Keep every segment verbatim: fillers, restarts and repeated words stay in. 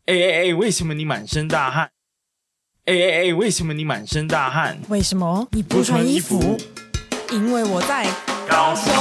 哎哎哎，为什么你满身大汗？哎哎哎，为什么你满身大汗？ 为什么你不穿衣服？因为我在高雄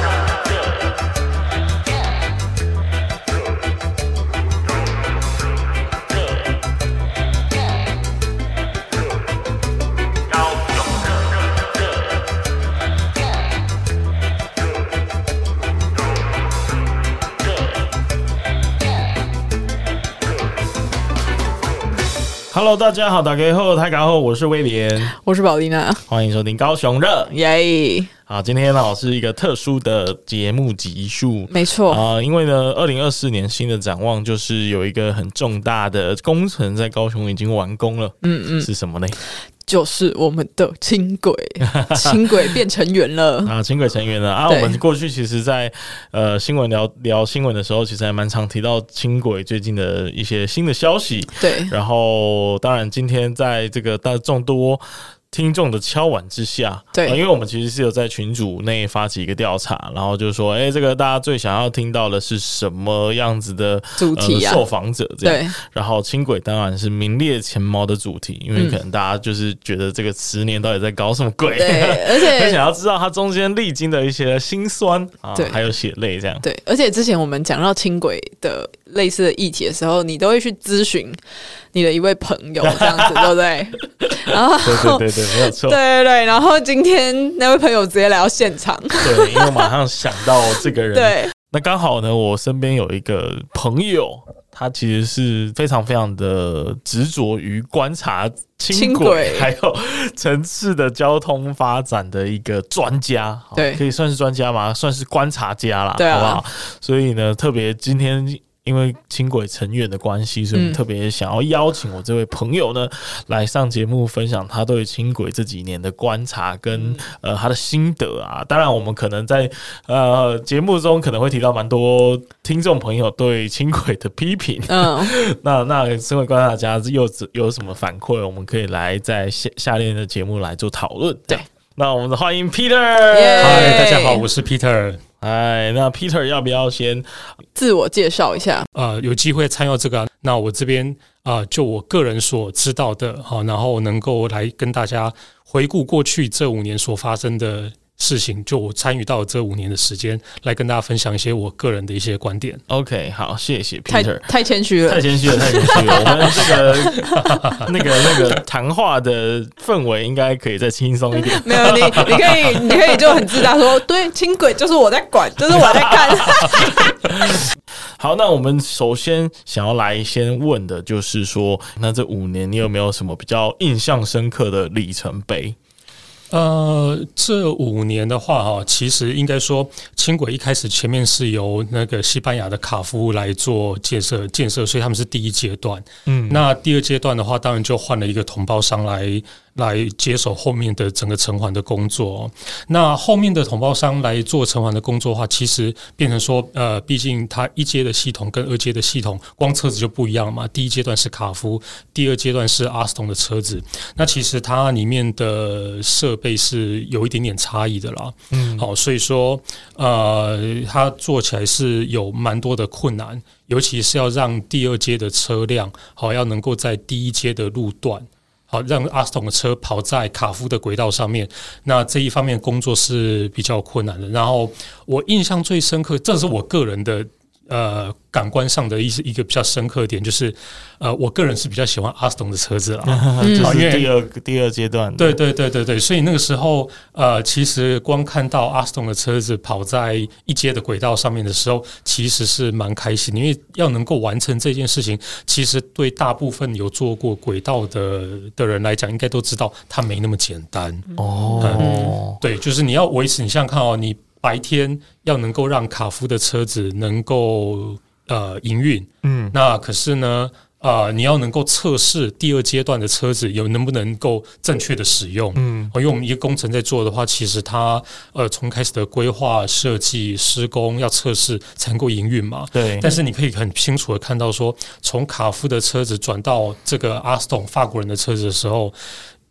Hello， 大家好，大家好，大家好，我是威廉， 我是宝丽娜， 欢迎收听高雄热耶。 好，今天呢是一个特殊的节目集数， 没错啊、呃，因为呢，二零二四年新的展望就是有一个很重大的工程在高雄已经完工了，嗯嗯，是什么呢？ 就是我们的轻轨，轻轨变成员了啊！轻轨成员了啊！我们过去其实在，在呃新闻聊聊新闻的时候，其实还蛮常提到轻轨最近的一些新的消息。 对， 然后当然今天在这个大众多听众的敲碗之下， 对、 呃，因为我们其实是有在群组内发起一个调查，然后就说，哎、欸，这个大家最想要听到的是什么样子的主题啊？ 呃、受访者这样， 对。 然后轻轨当然是名列前茅的主题，因为可能大家就是觉得这个十年到底在搞什么鬼， 对，而且很想要知道它中间历经的一些辛酸啊，对，还有血泪这样。 对，而且之前我们讲到轻轨的类似的议题的时候，你都会去咨询你的一位朋友，这样子，对不对？然后， 对对对对，没有错。 对对对，然后今天那位朋友直接来到现场， 对，因为我马上想到这个人。 对， 那刚好呢，我身边有一个朋友，他其实是非常非常的执着于观察轻轨还有城市的交通发展的一个专家，对，可以算是专家吗？算是观察家啦， 对啊， 好不好？所以呢，特别今天。因为轻轨成员的关系，所以我们特别想要邀请我这位朋友呢、嗯、来上节目分享他对轻轨这几年的观察跟、嗯、呃他的心得啊。当然，我们可能在呃节目中可能会提到蛮多听众朋友对轻轨的批评。嗯，那那身为观察家又有什么反馈，我们可以来在下下列的节目来做讨论。 对， 那我们欢迎 Peter。 嗨，大家好，我是 Peter。 哎，那 Peter 要不要先自我介绍一下？ 呃，有机会参与这个，那我这边啊、呃，就我个人所知道的，好，然后能够来跟大家回顾过去这五年所发生的事情，就我参与到这五年的时间，来跟大家分享一些我个人的一些观点。 OK， 好，谢谢 Peter。 太谦虚了， 太谦虚了，太谦虚了。我们这个那个那个谈话的氛围应该可以再轻松一点。 没有你，你可以，你可以就很自大说，对，轻轨就是我在管，就是我在看。 好，那我们首先想要来先问的就是说，那这五年你有没有什么比较印象深刻的里程碑？ 呃，这五年的话哈，其实应该说，轻轨一开始前面是由那个西班牙的卡夫来做建设建设，所以他们是第一阶段。嗯，那第二阶段的话，当然就换了一个统包商来来接手后面的整个承环的工作。那后面的统包商来做承环的工作的话，其实变成说，呃，毕竟它一阶的系统跟二阶的系统，光车子就不一样嘛。第一阶段是卡夫，第二阶段是阿斯顿的车子。那其实它里面的设备是有一点点差异的啦。嗯，好，所以说，呃，它做起来是有蛮多的困难，尤其是要让第二阶的车辆，好，要能够在第一阶的路段。好，让阿斯顿的车跑在卡夫的轨道上面，那这一方面工作是比较困难的。然后我印象最深刻，这是我个人的呃感官上的一一个比较深刻的点，就是呃，我个人是比较喜欢阿斯顿的车子啦， 嗯、就是第二第二阶段。 对对对对对，所以那个时候呃，其实光看到阿斯顿的车子跑在一阶的轨道上面的时候，其实是蛮开心的，因为要能够完成这件事情，其实对大部分有做过轨道的的人来讲，应该都知道它没那么简单哦、嗯。对，就是你要维持，你想想看哦，你白天要能够让卡夫的车子能够呃营运，嗯，那可是呢，呃，你要能够测试第二阶段的车子有能不能够正确的使用，嗯，因为我们一个工程在做的话，其实它呃从开始的规划、设计、施工要测试才能够营运嘛， 对。 但是你可以很清楚的看到说，从卡夫的车子转到这个阿斯顿法国人的车子的时候。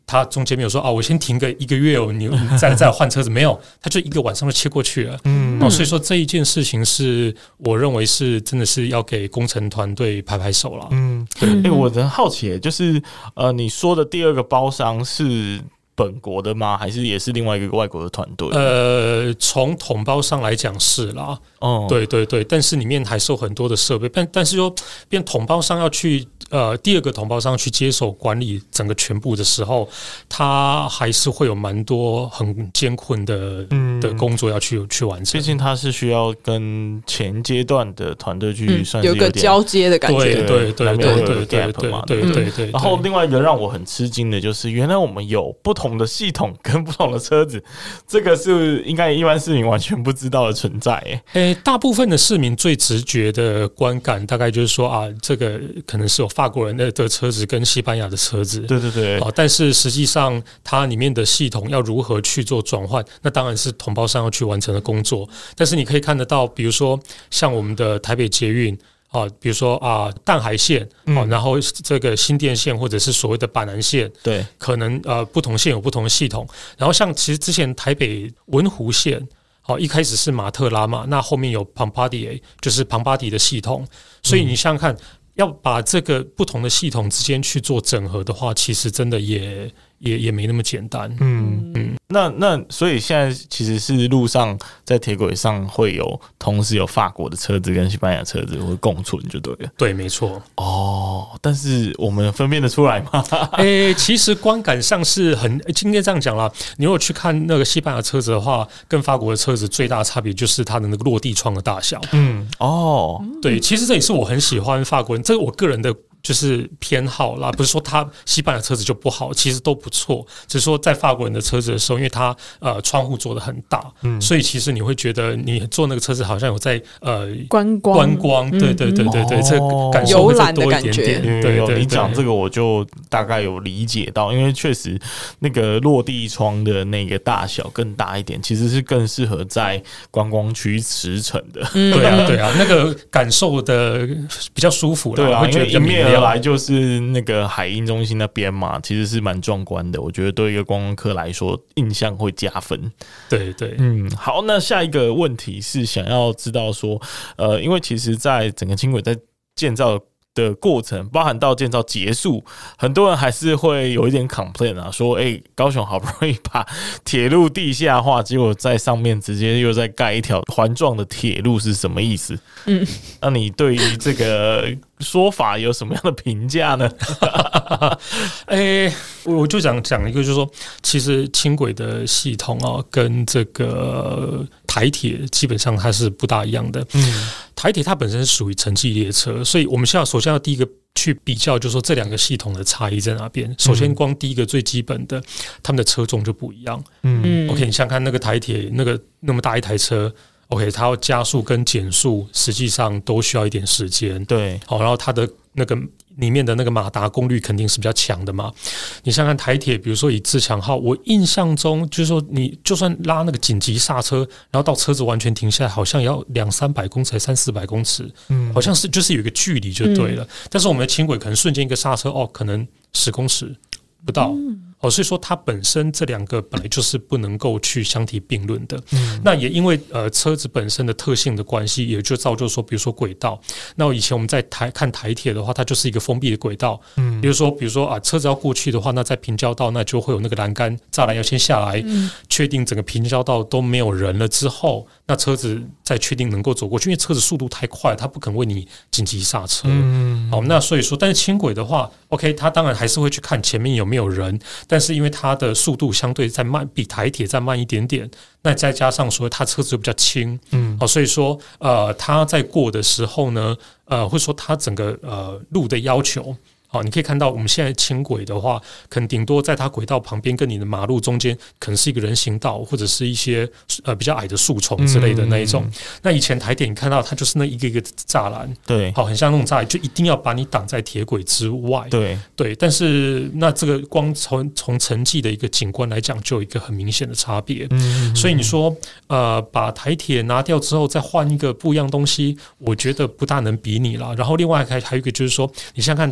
他中间没有说啊，我先停个一个月哦，你再再换车子，没有，他就一个晚上就切过去了。嗯，哦，所以说这一件事情是我认为是真的是要给工程团队拍拍手了。 嗯，对，哎、欸，我很好奇，就是呃，你说的第二个包商是本国的吗？还是也是另外一个外国的团队？ 呃，从统包上来讲是啦，哦，对对对，但是里面还是有很多的设备，但但是说变统包商要去。呃，第二个统包商去接手管理整个全部的时候，他还是会有蛮多很艰困的、嗯、的工作要去去完成。 毕竟他是需要跟前阶段的团队去算是有, 有个交接的感觉， 对对对对对对对对对对。 然后另外一个让我很吃惊的就是，原来我们有不同的系统跟不同的车子，这个是应该一般市民完全不知道的存在。哎、 欸，大部分的市民最直觉的观感，大概就是说啊，这个可能是有法国人的的车子跟西班牙的车子， 对对对， 啊，但是实际上它里面的系统要如何去做转换，那当然是统包商要去完成的工作。但是你可以看得到，比如说像我们的台北捷运啊，比如说啊淡海线啊、嗯，然后这个新店线或者是所谓的板南线， 对， 可能呃不同线有不同的系统。然后像其实之前台北文湖线。好，一开始是马特拉嘛，那后面有庞巴迪，就是庞巴迪的系统，所以你想想看，要把这个不同的系统之间去做整合的话，其实真的也也也没那么简单。 嗯嗯，那那所以现在其实是路上在铁轨上会有同时有法国的车子跟西班牙车子会共存，就对了。 对，没错。 哦，但是我们分辨得出来吗？ 诶、欸，其实观感上是很，今天这样讲啦，你如果去看那个西班牙车子的话，跟法国的车子最大的差别就是它的那个落地窗的大小。 嗯，哦， 对，其实这也是我很喜欢法国人，这是我个人的。就是偏好啦，不是说他西班牙车子就不好，其实都不错。只是说在法国人的车子的时候，因为它呃窗户做得很大、嗯，所以其实你会觉得你坐那个车子好像有在呃观光观光，对对对对对， 嗯、 这个感受会再多一点点。 对对对，你讲这个我就大概有理解到，因为确实那个落地窗的那个大小更大一点，其实是更适合在观光区驰骋的。 嗯、对啊对啊，那个感受的比较舒服啦， 对啊， 会觉得比较明亮。 来就是那个海鹰中心那边嘛，其实是蛮壮观的。我觉得对一个观光客来说，印象会加分。 对对， 嗯，好，那下一个问题是想要知道说，呃，因为其实，在整个轻轨在建造的过程，包含到建造结束，很多人还是会有一点 complain 啊，说，哎、欸，高雄好不容易把铁路地下化，结果在上面直接又再盖一条环状的铁路，是什么意思？嗯，那你对于这个说法有什么样的评价呢？ 哎、欸，我就想讲一个，就是说，其实轻轨的系统啊，跟这个台铁基本上它是不大一样的。嗯，台铁它本身是属于城际列车，所以我们现在首先要第一个去比较，就是说这两个系统的差异在哪边。首先，光第一个最基本的，他们的车重就不一样。嗯 ，OK， 你想看那个台铁那个那么大一台车。OK， 它要加速跟减速，实际上都需要一点时间。 对， 好，然后它的那个里面的那个马达功率肯定是比较强的嘛。你想想看台铁，比如说以自强号，我印象中就是说，你就算拉那个紧急刹车，然后到车子完全停下来，好像要两三百公尺、三四百公尺，嗯，好像是就是有一个距离就对了。嗯、但是我们的轻轨可能瞬间一个刹车，哦，可能十公尺不到。嗯哦，所以说它本身这两个本来就是不能够去相提并论的。嗯，那也因为呃车子本身的特性的关系，也就造就说，比如说轨道。那以前我们在台看台铁的话，它就是一个封闭的轨道。嗯，比如说比如说啊，车子要过去的话，那在平交道那就会有那个栏杆栅栏要先下来，嗯、确定整个平交道都没有人了之后，那车子再确定能够走过去，因为车子速度太快，它不可能为你紧急刹车。嗯，好，那所以说，但是轻轨的话 ，OK， 它当然还是会去看前面有没有人。但是因为它的速度相对再慢，比台铁再慢一点点，那再加上说它车子就比较轻，嗯，好，所以说呃，它在过的时候呢，呃，会说它整个呃路的要求。好，你可以看到我们现在轻轨的话，可能顶多在它轨道旁边跟你的马路中间，可能是一个人行道或者是一些呃比较矮的树丛之类的那一种。嗯、那以前台铁你看到它就是那一个一个栅栏， 对， 好，很像那种栅栏，就一定要把你挡在铁轨之外。 对对，但是那这个光从从城际的一个景观来讲，就有一个很明显的差别。嗯，所以你说呃把台铁拿掉之后再换一个不一样东西，我觉得不大能比拟啦。然后另外还还有一个就是说，你想想看台铁。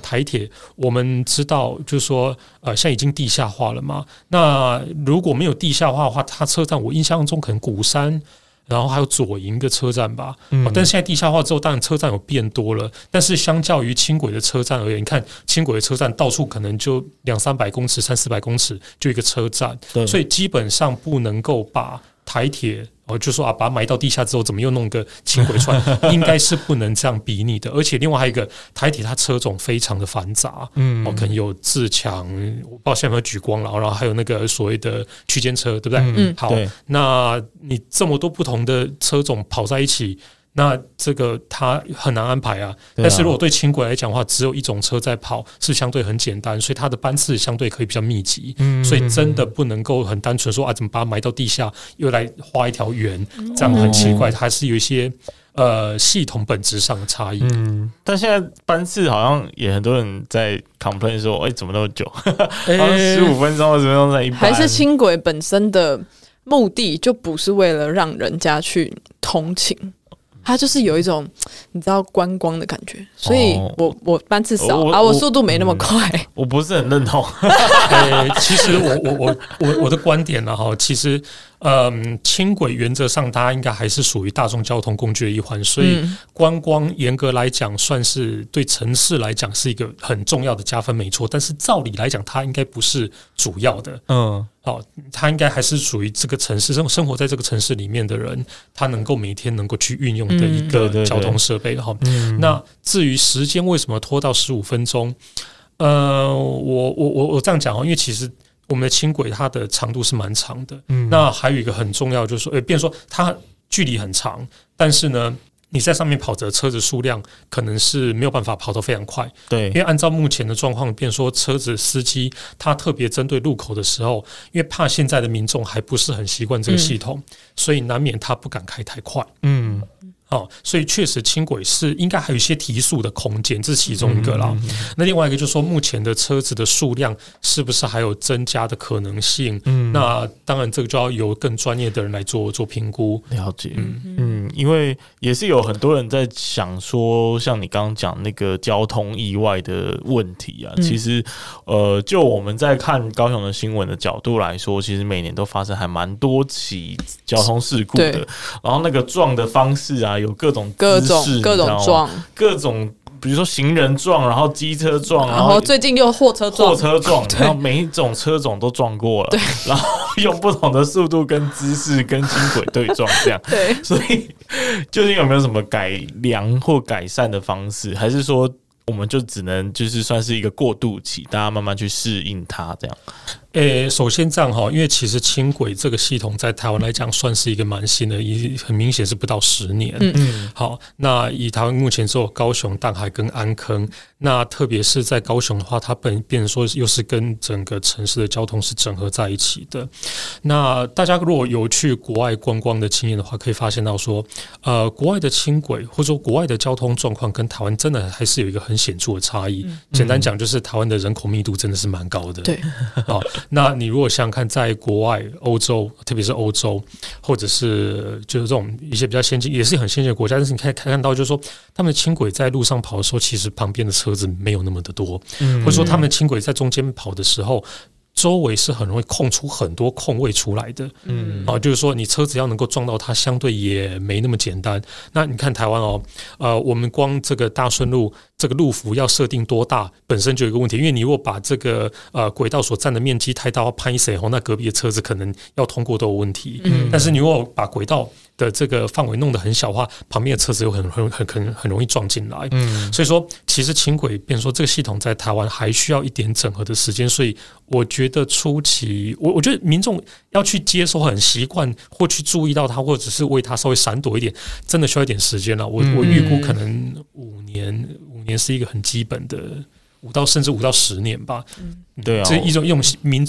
铁，我们知道就是说，呃，现在已经地下化了嘛。那如果没有地下化的话，它车站我印象中可能鼓山。然后还有左营的车站吧，嗯哦、但是现在地下化之后，当然车站有变多了。但是相较于轻轨的车站而言，你看轻轨的车站到处可能就两三百公尺、三四百公尺就一个车站，所以基本上不能够把台铁哦，就说啊，把它埋到地下之后，怎么又弄个轻轨出来？应该是不能这样比拟的。而且另外还有一个台铁，它车种非常的繁杂，嗯，哦，可能有自强，我不知道现在有没有举光了，然后还有那个所谓的区间车，对不对？嗯，好，那你这么多不同的车种跑在一起。那这个它很难安排啊，但是如果对轻轨来讲的话，只有一种车在跑，是相对很简单，所以它的班次相对可以比较密集，嗯、所以真的不能够很单纯说啊，怎么把它埋到地下，又来画一条圆，这样很奇怪，还是有一些呃系统本质上的差异。 嗯，但现在班次好像也很多人在 complain 说，哎、欸，怎么那么久？好像十五分钟、二十分钟在一班。 还是轻轨本身的目的就不是为了让人家去通勤。它就是有一种你知道观光的感觉，所以我、哦、我班次少啊，我速度没那么快， 嗯、我不是很认同。 欸、其实我我我我我的观点呢，哈，其实嗯，轻轨原则上它应该还是属于大众交通工具的一环，所以观光严格来讲算是对城市来讲是一个很重要的加分，没错。但是照理来讲，它应该不是主要的，嗯。好，他应该还是属于这个城市生生活在这个城市里面的人，他能够每天能够去运用的一个交通设备。哈、嗯，那至于时间为什么拖到十五分钟？呃，我我我我这样讲哦，因为其实我们的轻轨它的长度是蛮长的。嗯，那还有一个很重要就是说，呃，变成说它距离很长，但是呢。你在上面跑着车子数量可能是没有办法跑得非常快， 对， 因为按照目前的状况，变说车子司机他特别针对路口的时候，因为怕现在的民众还不是很习惯这个系统，嗯、所以难免他不敢开太快，嗯。哦，所以确实轻轨是应该还有一些提速的空间，这是其中一个啦。嗯嗯嗯那另外一个就是说，目前的车子的数量是不是还有增加的可能性？嗯，那当然这个就要由更专业的人来做做评估。 了解，嗯嗯，因为也是有很多人在想说，像你刚刚讲那个交通意外的问题啊，嗯、其实呃，就我们在看高雄的新闻的角度来说，其实每年都发生还蛮多起交通事故的，然后那个撞的方式啊。有各种各种各种撞， 各种比如说行人撞，然后机车撞， 然后最近又货车撞， 货车撞，然后每一种车种都撞过了，然后用不同的速度跟姿势跟轻轨对撞，这样。 对， 所以究竟有没有什么改良或改善的方式，还是说我们就只能就是算是一个过渡期，大家慢慢去适应它这样？ 诶，首先这样哈，因为其实轻轨这个系统在台湾来讲算是一个蛮新的，很明显是不到十年。嗯嗯。好，那以台湾目前只有高雄、淡海跟安坑，那特别是在高雄的话，它本变成说又是跟整个城市的交通是整合在一起的。那大家如果有去国外观光的经验的话，可以发现到说，呃，国外的轻轨或者说国外的交通状况跟台湾真的还是有一个很显著的差异。嗯、简单讲，就是台湾的人口密度真的是蛮高的。 对， 好。那你如果想想看，在国外、欧洲，特别是欧洲，或者是就是这种一些比较先进，也是很先进的国家，但是你可以看到，就是说他们的轻轨在路上跑的时候，其实旁边的车子没有那么的多，嗯、或者说他们的轻轨在中间跑的时候。周围是很容易空出很多空位出来的，嗯，啊，就是说你车子要能够撞到它，相对也没那么简单。那你看台湾哦，呃，我们光这个大顺路这个路幅要设定多大，本身就有一个问题，因为你如果把这个呃轨道所占的面积太大，拍谁哦，那隔壁的车子可能要通过都有问题。嗯，但是你如果把轨道的这个范围弄得很小的话，旁边的车子又很很很很很容易撞进来。嗯，所以说其实轻轨，变成说这个系统在台湾还需要一点整合的时间，所以我觉得初期，我我觉得民众要去接受、很习惯或去注意到它，或者是为它稍微闪躲一点，真的需要一点时间了。我我预估可能五年，五年是一个很基本的。五到甚至五到十年吧， 嗯、对啊， 这一种一种民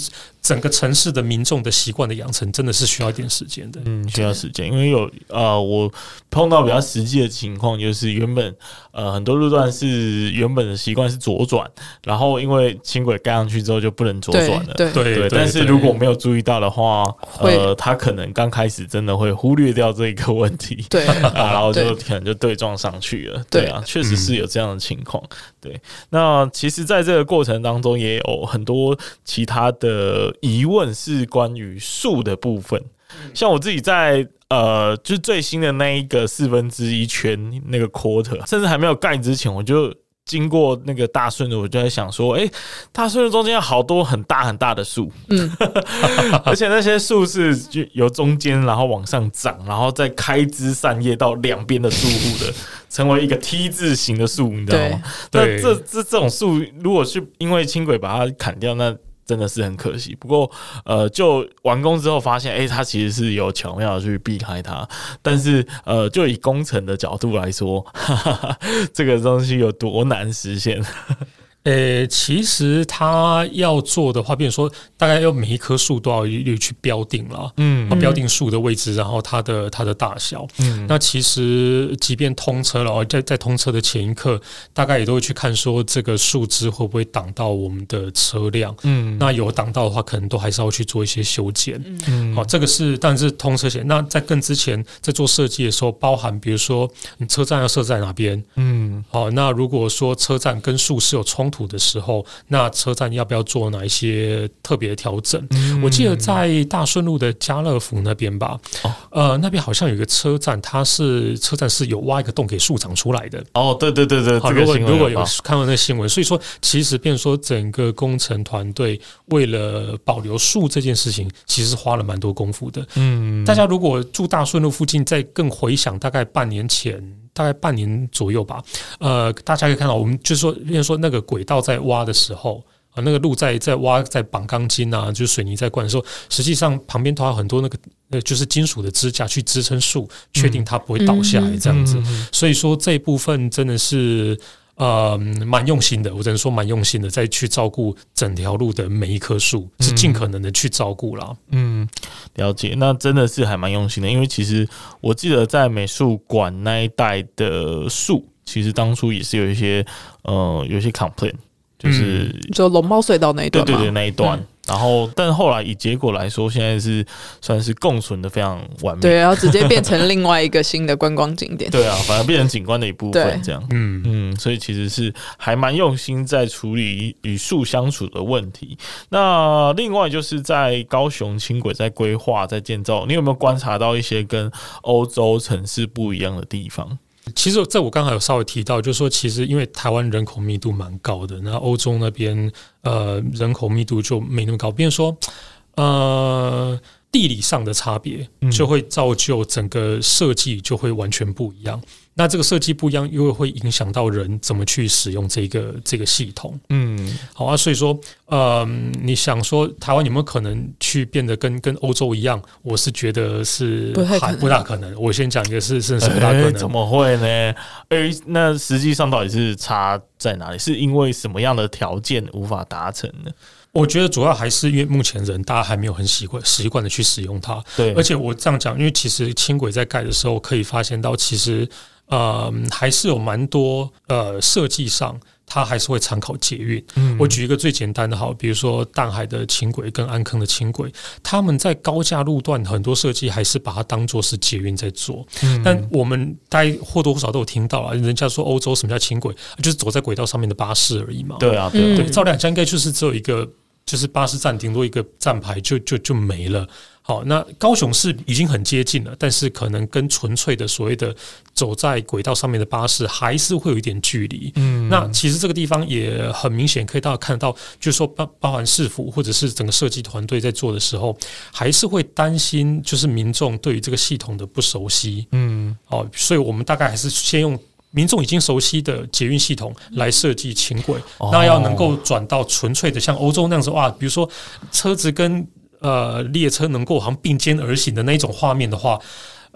整个城市的民众的习惯的养成，真的是需要一点时间的。 嗯，需要时间，因为有呃，我碰到比较实际的情况，就是原本呃很多路段是原本的习惯是左转，然后因为轻轨盖上去之后就不能左转了。 对对, 对, 对， 但是如果没有注意到的话，呃，他可能刚开始真的会忽略掉这个问题， 对啊，然后就可能就对撞上去了。对啊，确实是有这样的情况。对，那其实在这个过程当中也有很多其他的疑问是关于数的部分，像我自己在呃，就是最新的那一个四分之一圈那个 quarter， 甚至还没有盖之前，我就经过那个大顺路，我就在想说，哎、欸，大顺路中间有好多很大很大的树，嗯，而且那些树是就由中间然后往上长，然后再开枝散叶到两边的住户的，成为一个 T 字形的树，你知道吗？那这这这种树，如果是因为轻轨把它砍掉，那真的是很可惜。不过，呃，就完工之后发现，哎、欸，它其实是有巧妙的去避开它。但是，呃，就以工程的角度来说，哈哈哈，这个东西有多难实现？ 呃、欸，其实他要做的话，比如说大概要每一棵树都要一律去标定了，嗯，标定树的位置，然后它的它的大小，嗯，那其实即便通车了，在在通车的前一刻，大概也都会去看说这个树枝会不会挡到我们的车辆，嗯，那有挡到的话，可能都还是要去做一些修剪，嗯，好，这个是当然是通车前。那在更之前，在做设计的时候，包含比如说你车站要设在哪边，嗯，好，那如果说车站跟树是有冲突的时候，那车站要不要做哪一些特别的调整？嗯、我记得在大顺路的家乐福那边吧，哦、呃，那边好像有一个车站，它是车站是有挖一个洞给树长出来的。 哦，对对对对， 好，如果如果有看到那个新闻，所以说其实变成说整个工程团队为了保留树这件事情，其实花了蛮多功夫的。嗯，大家如果住大顺路附近，再更回想大概半年前。大概半年左右吧，呃，大家可以看到，我们就是说，比如说那个轨道在挖的时候，啊，那个路在在挖，在绑钢筋啊，就是水泥在灌的时候，实际上旁边都还有很多那个呃，就是金属的支架去支撑树，确定它不会倒下来这样子。嗯、所以说这一部分真的是。呃，蛮用心的，我只能说蛮用心的，再去照顾整条路的每一棵树，是尽可能的去照顾啦。 嗯，了解，那真的是还蛮用心的，因为其实我记得在美术馆那一带的树，其实当初也是有一些呃，有一些 complaint， 就是、嗯、 就龙猫隧道那一段， 对对对，那一段。嗯然后，但后来以结果来说，现在是算是共存的非常完美。 对，然后直接变成另外一个新的观光景点。 对啊，反而变成景观的一部分，这样。嗯嗯，所以其实是还蛮用心在处理与树相处的问题。那另外就是在高雄轻轨在规划、在建造，你有没有观察到一些跟欧洲城市不一样的地方？ 其实这我刚才有稍微提到，就是说，其实因为台湾人口密度蛮高的，那欧洲那边呃人口密度就没那么高，比如说呃地理上的差别，就会造就整个设计就会完全不一样。那这个设计不一样，又会影响到人怎么去使用这个这个系统。嗯，好啊，所以说，呃，你想说台湾有没有可能去变得跟跟欧洲一样？我是觉得是还不大可能。我先讲一个是是什么大可能、欸？ 怎么会呢？哎、欸，那实际上到底是差在哪里？是因为什么样的条件无法达成呢？ 我觉得主要还是因为目前人大家还没有很习惯习惯的去使用它。对，而且我这样讲，因为其实轻轨在盖的时候可以发现到，其实。呃，还是有蛮多呃设计上，它还是会参考捷运。嗯，我举一个最简单的好，比如说淡海的轻轨跟安坑的轻轨，他们在高架路段很多设计还是把它当作是捷运在做。嗯，但我们大家或多或少都有听到啊，人家说欧洲什么叫轻轨，就是走在轨道上面的巴士而已嘛。 对啊，对啊， 对，照理讲应该就是只有一个，就是巴士站顶多一个站牌就就就没了。好，那高雄市已经很接近了，但是可能跟纯粹的所谓的走在轨道上面的巴士还是会有一点距离。嗯，那其实这个地方也很明显可以大家看得到，就是说包包含市府或者是整个设计团队在做的时候，还是会担心就是民众对于这个系统的不熟悉。嗯，好，所以我们大概还是先用民众已经熟悉的捷运系统来设计轻轨，哦，那要能够转到纯粹的像欧洲那样子哇，比如说车子跟呃列车能够好像并肩而行的那一种画面的话，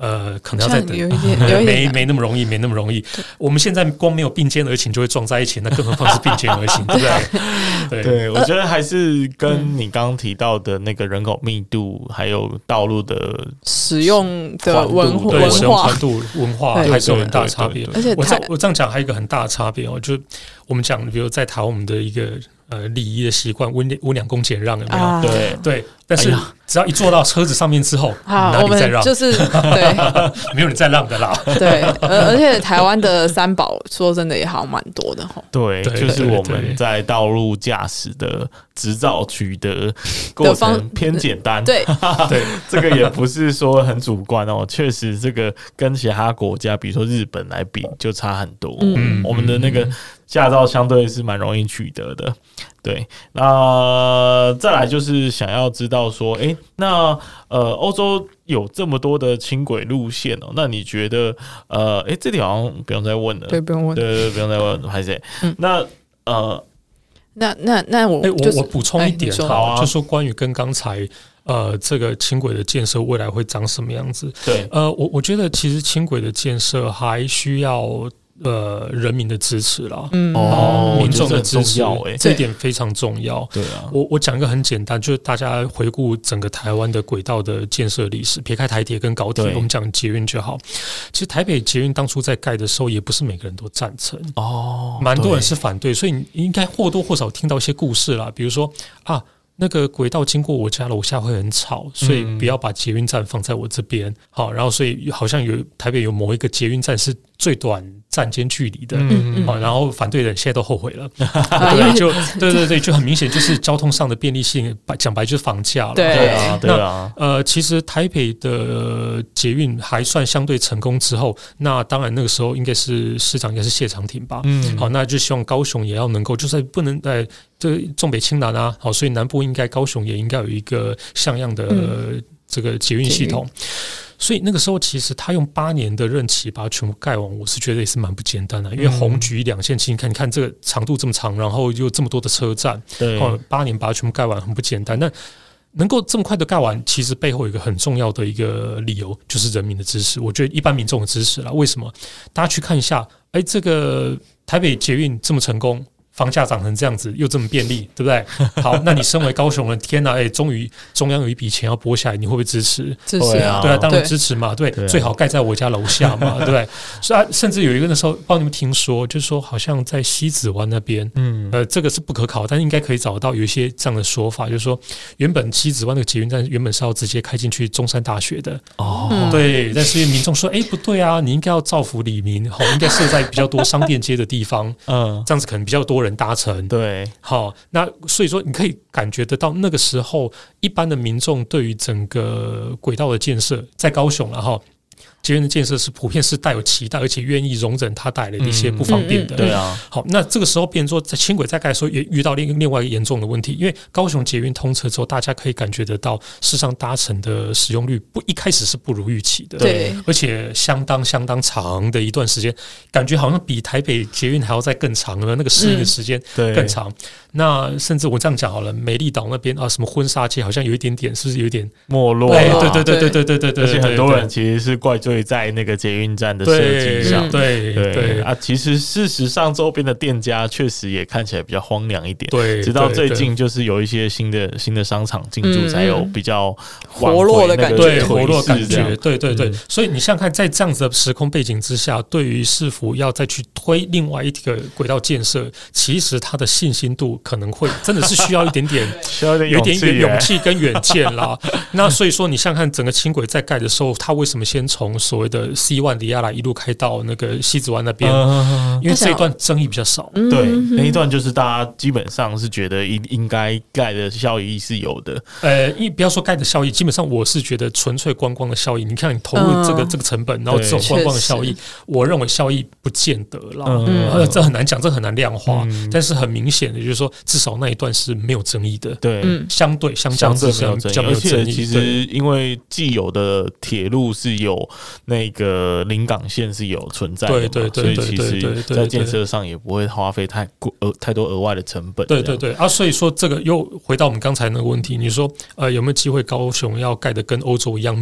呃，可能要再等， 有一点，有一点没没那么容易，没那么容易。我们现在光没有并肩而行就会撞在一起，那更何况是并肩而行，对不对？ 对，对我觉得还是跟你刚刚提到的那个人口密度，还有道路的使用的文对文化、 使用宽度、文化还是有很大的差别。 而且我这样我这样讲还有一个很大的差别哦，就是我们讲，比如在台湾我们的一个呃礼仪的习惯，温温良恭俭让有没有？ 啊、 对对。但是只要一坐到车子上面之后， 好， 哪里再让？ 就是对， 没有人再让的啦。 对，而而且台湾的三宝说真的也好蛮多的哈。 对，就是我们在道路驾驶的执照取得过程偏简单。 对对， 这个也不是说很主观哦，确实这个跟其他国家，比如说日本来比，就差很多。嗯，我们的那个驾照相对是蛮容易取得的。对，那再来就是想要知道说，哎、欸，那呃，欧洲有这么多的轻轨路线哦，那你觉得呃，哎、欸，这里好像不用再问了， 对，不用问， 对对对，不用再问，还是、嗯、那呃， 那那那我、就是， 我我补充一点， 好啊， 就说关于跟刚才呃这个轻轨的建设未来会长什么样子？ 对， 呃，我我觉得其实轻轨的建设还需要。呃，人民的支持啦， 嗯， 哦， 民众的支持， 欸、 这一点非常重要。 对啊， 我我讲一个很简单，就是大家回顾整个台湾的轨道的建设历史，撇开台铁跟高铁，我们讲捷运就好。其实台北捷运当初在盖的时候，也不是每个人都赞成哦， 蛮多人是反对，所以你应该或多或少听到一些故事啦，比如说啊。那个轨道经过我家楼下会很吵，所以不要把捷运站放在我这边。好，然后所以好像有台北有某一个捷运站是最短站间距离的，嗯好，然后反对的人现在都后悔了，对，就对对对，就很明显就是交通上的便利性，讲白就是房价了， 对啊，对啊。 呃，其实台北的捷运还算相对成功之后，那当然那个时候应该是市长应该是谢长廷吧，嗯，好，那就希望高雄也要能够，就是不能在。这重北轻南啊，好，所以南部应该高雄也应该有一个像样的、呃、这个捷运系统。所以那个时候其实他用八年的任期把它全部盖完，我是觉得也是蛮不简单的。因为红橘两线，其实你看，你看这个长度这么长，然后又这么多的车站， 对， 八年把它全部盖完很不简单。那能够这么快的盖完，其实背后有一个很重要的一个理由，就是人民的支持。我觉得一般民众的支持啦。为什么？大家去看一下，哎，这个台北捷运这么成功。房价涨成这样子，又这么便利，对不对？好，那你身为高雄人，天哪！哎，终于中央有一笔钱要拨下来，你会不会支持？ 支持啊！ 对啊，当然支持嘛。对，对最好盖在我家楼下嘛，对不对？所以、啊、甚至有一个那时候，不知道你们听说，就是说好像在西子湾那边，嗯，呃，这个是不可考，但是应该可以找到有一些这样的说法，就是说原本西子湾那个捷运站原本是要直接开进去中山大学的哦，对，但是民众说，哎，不对啊，你应该要造福里民，好，应该设在比较多商店街的地方，嗯，这样子可能比较多人搭乘， 对， 好，那所以说你可以感觉得到那个时候一般的民众对于整个轨道的建设，在高雄了哈。捷运的建设是普遍是带有期待，而且愿意容忍它带来的一些不方便的。 嗯嗯嗯、对啊， 好，那这个时候变成说，在轻轨在盖的时候也遇到另另外一个严重的问题，因为高雄捷运通车之后，大家可以感觉得到，事实上搭乘的使用率不一开始是不如预期的， 对， 而且相当相当长的一段时间，感觉好像比台北捷运还要再更长的那个适应的时间更长。嗯、那甚至我这样讲好了，美丽岛那边啊，什么婚纱街好像有一点点，是不是有一点没落？ 对对对对对对对对， 而且很多人其实是怪罪在那个捷运站的设计上， 对 对, 对, 对啊，其实事实上周边的店家确实也看起来比较荒凉一点， 对， 直到最近就是有一些新的新的商场进驻，才有比较活络的感觉， 对，活络感觉，对对对。所以你想想看，在这样子的时空背景之下，对于市府要再去推另外一个轨道建设，其实它的信心度可能会真的是需要一点点， 需要有一点勇气跟远见啦。那所以说，你想想看，整个轻轨在盖的时候，它为什么先从所谓的 C 湾 里亚来一路开到那个西子湾那边？嗯、因为这一段争议比较少。 嗯、对，那一段就是大家基本上是觉得应应该盖的效益是有的。 呃，一不要说盖的效益，基本上我是觉得纯粹观光的效益。你看，你投入这个、嗯、这个成本，然后这种观光的效益，我认为效益不见得啦。嗯呃、这很难讲，这很难量化。嗯、但是很明显的，就是说，至少那一段是没有争议的。 对， 嗯、相对相较之下比较没有争议。 而且其实因为既有的铁路是有那个临港线是有存在的嘛， 对对对对对对， 所以其实在建设上也不会花费太额太多额外的成本。 对对对啊，所以说这个又回到我们刚才那个问题，你说呃有没有机会高雄要盖得跟欧洲一样密？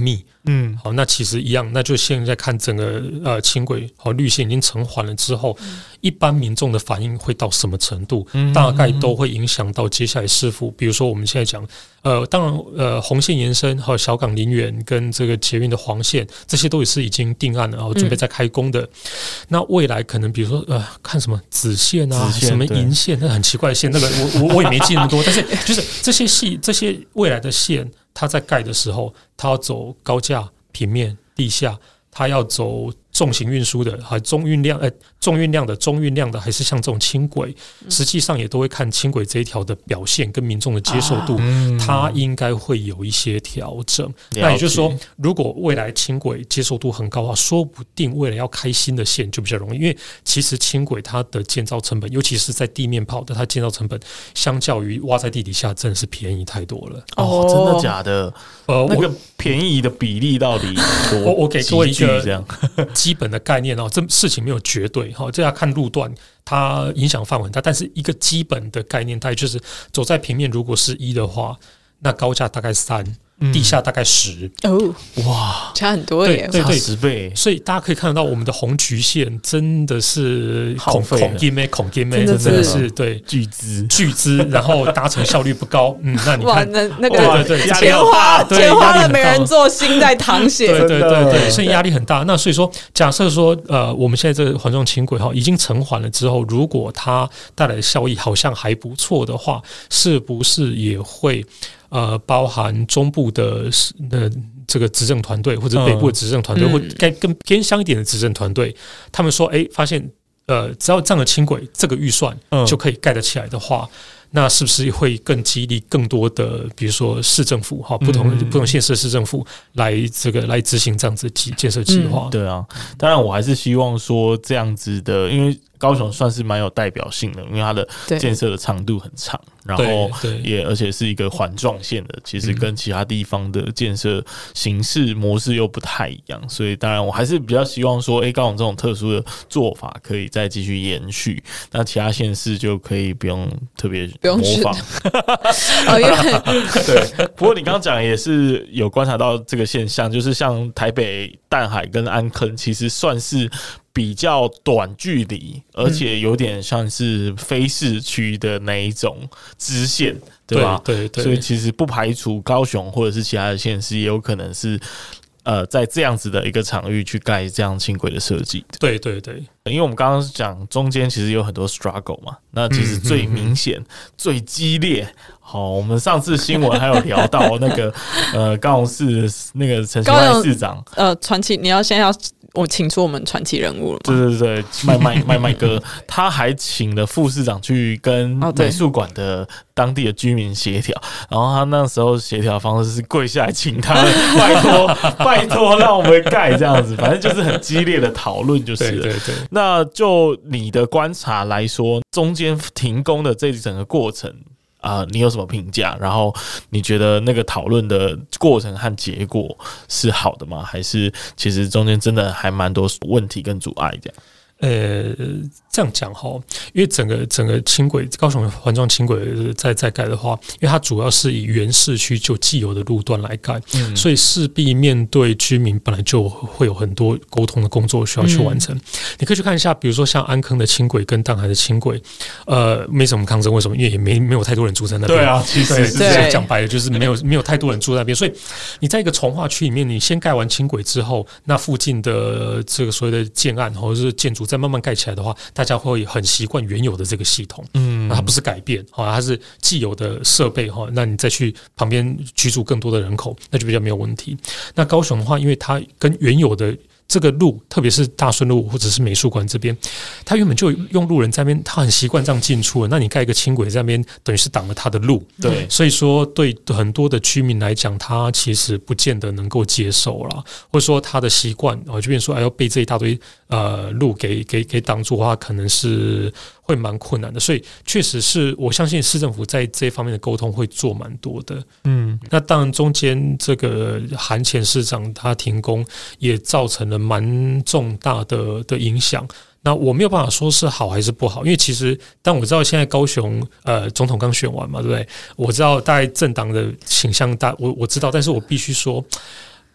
嗯，好，那其实一样，那就现在看整个呃轻轨好绿线已经成缓了之后，嗯、一般民众的反应会到什么程度，嗯、大概都会影响到接下来市府，比如说我们现在讲，呃，当然呃红线延伸还有小港林园跟这个捷运的黄线，这些都也是已经定案了，然后准备在开工的。嗯、那未来可能比如说呃看什么紫线啊，什么银线，那很奇怪的线，那个我我我也没记那么多，但是就是这些系这些未来的线。它在盖的时候，它要走高架、平面、地下，它要走重型运输的，还中运量，呃，重运量的、中运量的，还是像这种轻轨，实际上也都会看轻轨这一条的表现跟民众的接受度，啊嗯、它应该会有一些调整。那也就是说，如果未来轻轨接受度很高的话，说不定未来要开新的线就比较容易，因为其实轻轨它的建造成本，尤其是在地面跑的，它建造成本相较于挖在地底下，真的是便宜太多了。 哦，真的假的？呃，那个便宜的比例到底多？ 我我给各位一个这样基本的概念哦，这事情没有绝对哈，这要看路段，它影响范围很大，但是一个基本的概念，大概就是走在平面如果是一的话，那高架大概三。地下大概十哦， 哇， 差很多耶， 对对， 十倍。 所以大家可以看得到，我们的红橘线真的是恐恐金咩恐金咩，真的是对巨资巨资，然后达成效率不高。嗯，那你看那那个对对， 钱花钱花了没人做，心在淌血。 对对对对，所以压力很大。那所以说，假设说呃，我们现在这个环状轻轨哈已经成缓了之后，如果它带来的效益好像还不错的话，是不是也会？呃，包含中部的的这个执政团队，或者北部的执政团队，嗯、或该更偏乡一点的执政团队，他们说，哎，发现呃，只要这样的轻轨这个预算就可以盖得起来的话。嗯那是不是会更激励更多的，比如说市政府哈，不同、嗯、不同县市的市政府来这个来执行这样子的建设计划？ 嗯、对啊，当然我还是希望说这样子的，因为高雄算是蛮有代表性的，因为它的建设的长度很长，然后也而且是一个环状线的，其实跟其他地方的建设形式模式又不太一样，所以当然我还是比较希望说，哎、欸，高雄这种特殊的做法可以再继续延续，那其他县市就可以不用特别。 不用模仿，对。不过你刚刚讲也是有观察到这个现象，就是像台北淡海跟安坑，其实算是比较短距离，而且有点像是非市区的那一种支线，对吧？ 对 对, 对。 所以其实不排除高雄或者是其他的县市，也有可能是。呃，在这样子的一个场域去盖这样轻轨的设计， 对对对， 因为我们刚刚讲中间其实有很多 struggle 嘛，那其实最明显、嗯嗯嗯、最激烈，好，我们上次新闻还有聊到那个呃高雄市那个陈其迈市长， 呃，传奇，你要先要我请出我们传奇人物了吗？ 对对对，麦麦麦麦哥，他还请了副市长去跟美术馆的当地的居民协调，然后他那时候协调方式是跪下来请他们拜托拜托让我们盖这样子，反正就是很激烈的讨论就是了。 对对对。 那就你的观察来说，中间停工的这整个过程。啊、呃，你有什么评价？然后你觉得那个讨论的过程和结果是好的吗？还是其实中间真的还蛮多问题跟阻碍这样？ 呃，这样讲哈，因为整个整个轻轨高雄环状轻轨在在盖的话，因为它主要是以原市区就既有的路段来盖，嗯、所以势必面对居民本来就会有很多沟通的工作需要去完成。嗯、你可以去看一下，比如说像安坑的轻轨跟淡海的轻轨，呃，没什么抗争，为什么？因为也没没有太多人住在那边。 对啊，其实讲白了就是没有没有太多人住在那边，所以你在一个重划区里面，你先盖完轻轨之后，那附近的这个所谓的建案或者是建筑。再慢慢盖起来的话，大家会很习惯原有的这个系统，嗯，它不是改变，它是既有的设备，那你再去旁边居住更多的人口，那就比较没有问题。那高雄的话，因为它跟原有的这个路，特别是大顺路或者是美术馆这边，他原本就用路人在那边，他很习惯这样进出了。那你盖一个轻轨在那边，等于是挡了他的路， 对， 所以说对很多的居民来讲，他其实不见得能够接受啦，或者说他的习惯，哦，就变成说，哎，要被这一大堆呃路给给给挡住的话，可能是会蛮困难的。所以确实是我相信市政府在这一方面的沟通会做蛮多的。嗯，那当然中间这个韩前市长他停工，也造成了蛮重大的的影响。那我没有办法说是好还是不好，因为其实但我知道现在高雄呃总统刚选完嘛，对不对？我知道大概政党的倾向大，我我知道，但是我必须说，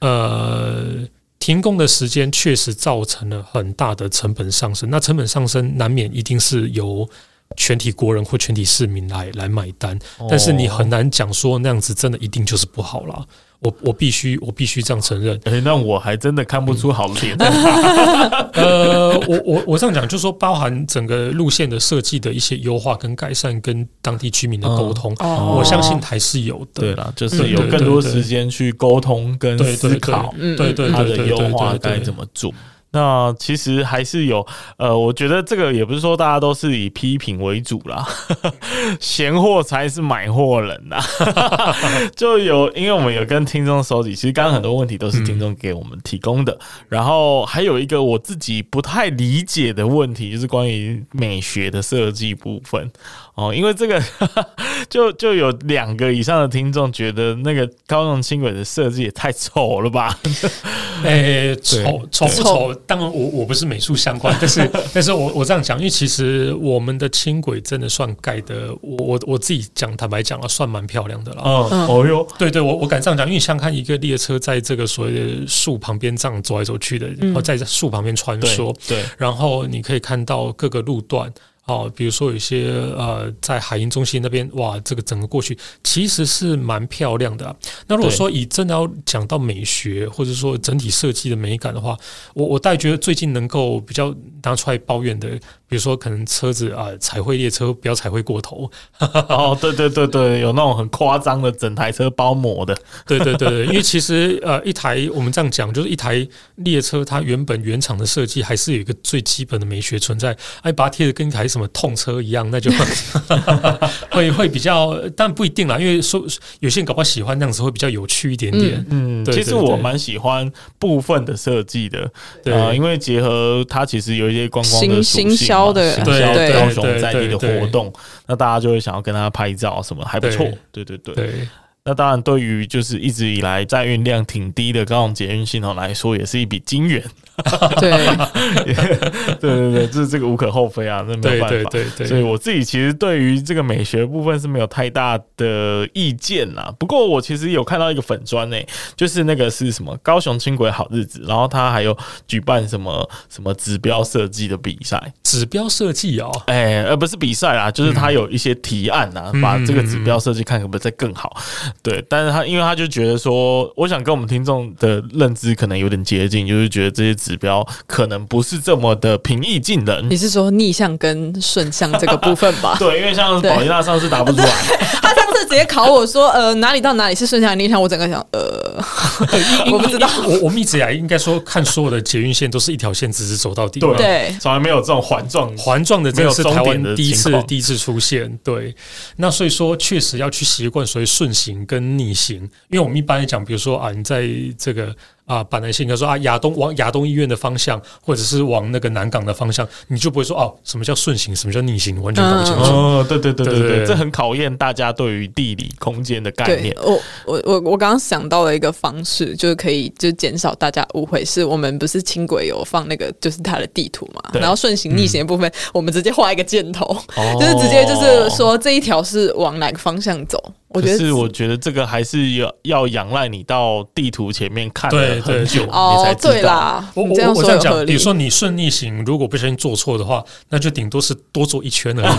呃，停工的时间确实造成了很大的成本上升。那成本上升难免一定是由全体国人或全体市民来来买单，但是你很难讲说那样子真的一定就是不好啦。我我必须我必须这样承认。 欸、那我还真的看不出好点。 呃，我我我这样讲，就是说包含整个路线的设计的一些优化跟改善，跟当地居民的沟通，嗯、我相信还是有的。 对啦，就是有更多时间去沟通跟思考， 对对它的优化该怎么做。那其实还是有，呃，我觉得这个也不是说大家都是以批评为主啦，闲货才是买货人呐。就有，因为我们有跟听众收集，其实刚刚很多问题都是听众给我们提供的。嗯、然后还有一个我自己不太理解的问题，就是关于美学的设计部分哦，因为这个就就有两个以上的听众觉得那个高雄轻轨的设计也太丑了吧？ 哎、欸，丑丑不丑？当然我，我我不是美术相关，但是，但是我我这样讲，因为其实我们的轻轨真的算盖的，我我我自己讲，坦白讲了，算蛮漂亮的啦。 嗯，哦哟， 对对，我我敢这样讲，因为想看一个列车在这个所谓的树旁边这样走来走去的，然后在树旁边穿梭， 对，对然后你可以看到各个路段。哦，比如说有一些呃，在海鹰中心那边，哇，这个整个过去其实是蛮漂亮的、啊。那如果说以真的要讲到美学，或者说整体设计的美感的话，我我大概觉得最近能够比较拿出来抱怨的，比如说可能车子啊、呃，彩绘列车不要彩绘过头。 哦，对对对对，有那种很夸张的整台车包膜的。 对对对对，因为其实呃，一台我们这样讲，就是一台列车它原本原厂的设计还是有一个最基本的美学存在，哎，把它贴的跟一台什么痛车一样，那就会会比较，但不一定啦，因为说有些人搞不好喜欢那样子会比较有趣一点点。 嗯，嗯其实我蛮喜欢部分的设计的，对、呃，因为结合它其实有一些观光的行销的行销高雄在地的活动，那大家就会想要跟他拍照，什么还不错。对对对。对那当然，对于就是一直以来载运量挺低的高雄捷运系统来说，也是一笔金元。 对， 对对对，这这个无可厚非啊，那没有办法。对对对对，所以我自己其实对于这个美学部分是没有太大的意见啦。不过我其实有看到一个粉专诶、欸，就是那个是什么高雄轻轨好日子，然后他还有举办什么什么指标设计的比赛。 指标设计哦， 哎、欸，而不是比赛啦，就是他有一些提案啊，嗯、把这个指标设计看可不可以再更好。对，但是他因为他就觉得说，我想跟我们听众的认知可能有点接近，就是觉得这些指标可能不是这么的平易近人。 你是说逆向跟顺向这个部分吧？ 对，因为像宝丽娜上次答不出来， 他上次直接考我说，呃，哪里到哪里是顺向逆向，我整个想，呃，我不知道。 我我们一直以来应该说看所有的捷运线都是一条线直直走到底， 对， 从来没有这种环状环状的，这是台湾第一次第一次出现。对，那所以说确实要去习惯所谓顺行跟逆行，因为我们一般来讲，比如说啊，你在这个啊板南线，应该说啊亚东往亚东医院的方向，或者是往那个南港的方向，你就不会说哦，什么叫顺行，什么叫逆行，完全搞不清楚。 哦，对对对对 对, 對, 對，这很考验大家对于地理空间的概念。 我我我我刚刚想到了一个方式，就是可以就减少大家误会，是我们不是轻轨有放那个就是它的地图嘛，然后顺行逆行的部分，嗯、我们直接画一个箭头，哦、就是直接就是说这一条是往哪个方向走。我觉得可是我觉得这个还是要要仰赖你到地图前面看了很久，你才知道。 对啦， 我我我这样讲，比如说你顺逆行，如果不小心做错的话，那就顶多是多做一圈而已。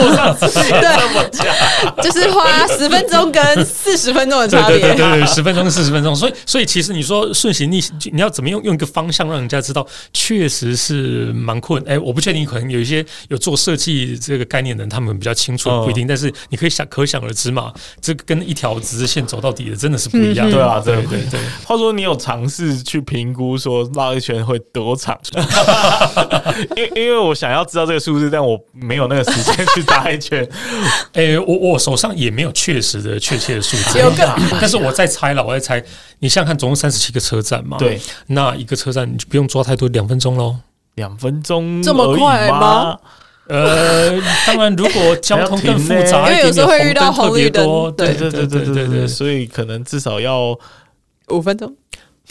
对，就是花十分钟跟四十分钟的差别。 对对对对，十分钟跟四十分钟。所以所以其实你说顺行逆行，你要怎么用用一个方向让人家知道，确实是蛮困。哎，我不确定，可能有一些有做设计这个概念的人，他们比较清楚，不一定。但是你可以想可想而知嘛。这个跟一条直线走到底的真的是不一样。 对啊，对对对。话说你有尝试去评估说绕一圈会多长？因为因为我想要知道这个数字，但我没有那个时间去搭一圈。 诶、欸，我我手上也没有确实的确切的数字，但是我在猜了，我在猜。你想想看，总共三十七个车站嘛， 对， 那一个车站你就不用抓太多，两分钟咯。 两分钟这么快吗？ 呃，当然，如果交通更复杂一点点， 因为有时候会遇到红绿灯， 对对对对对对， 所以可能至少要五分钟。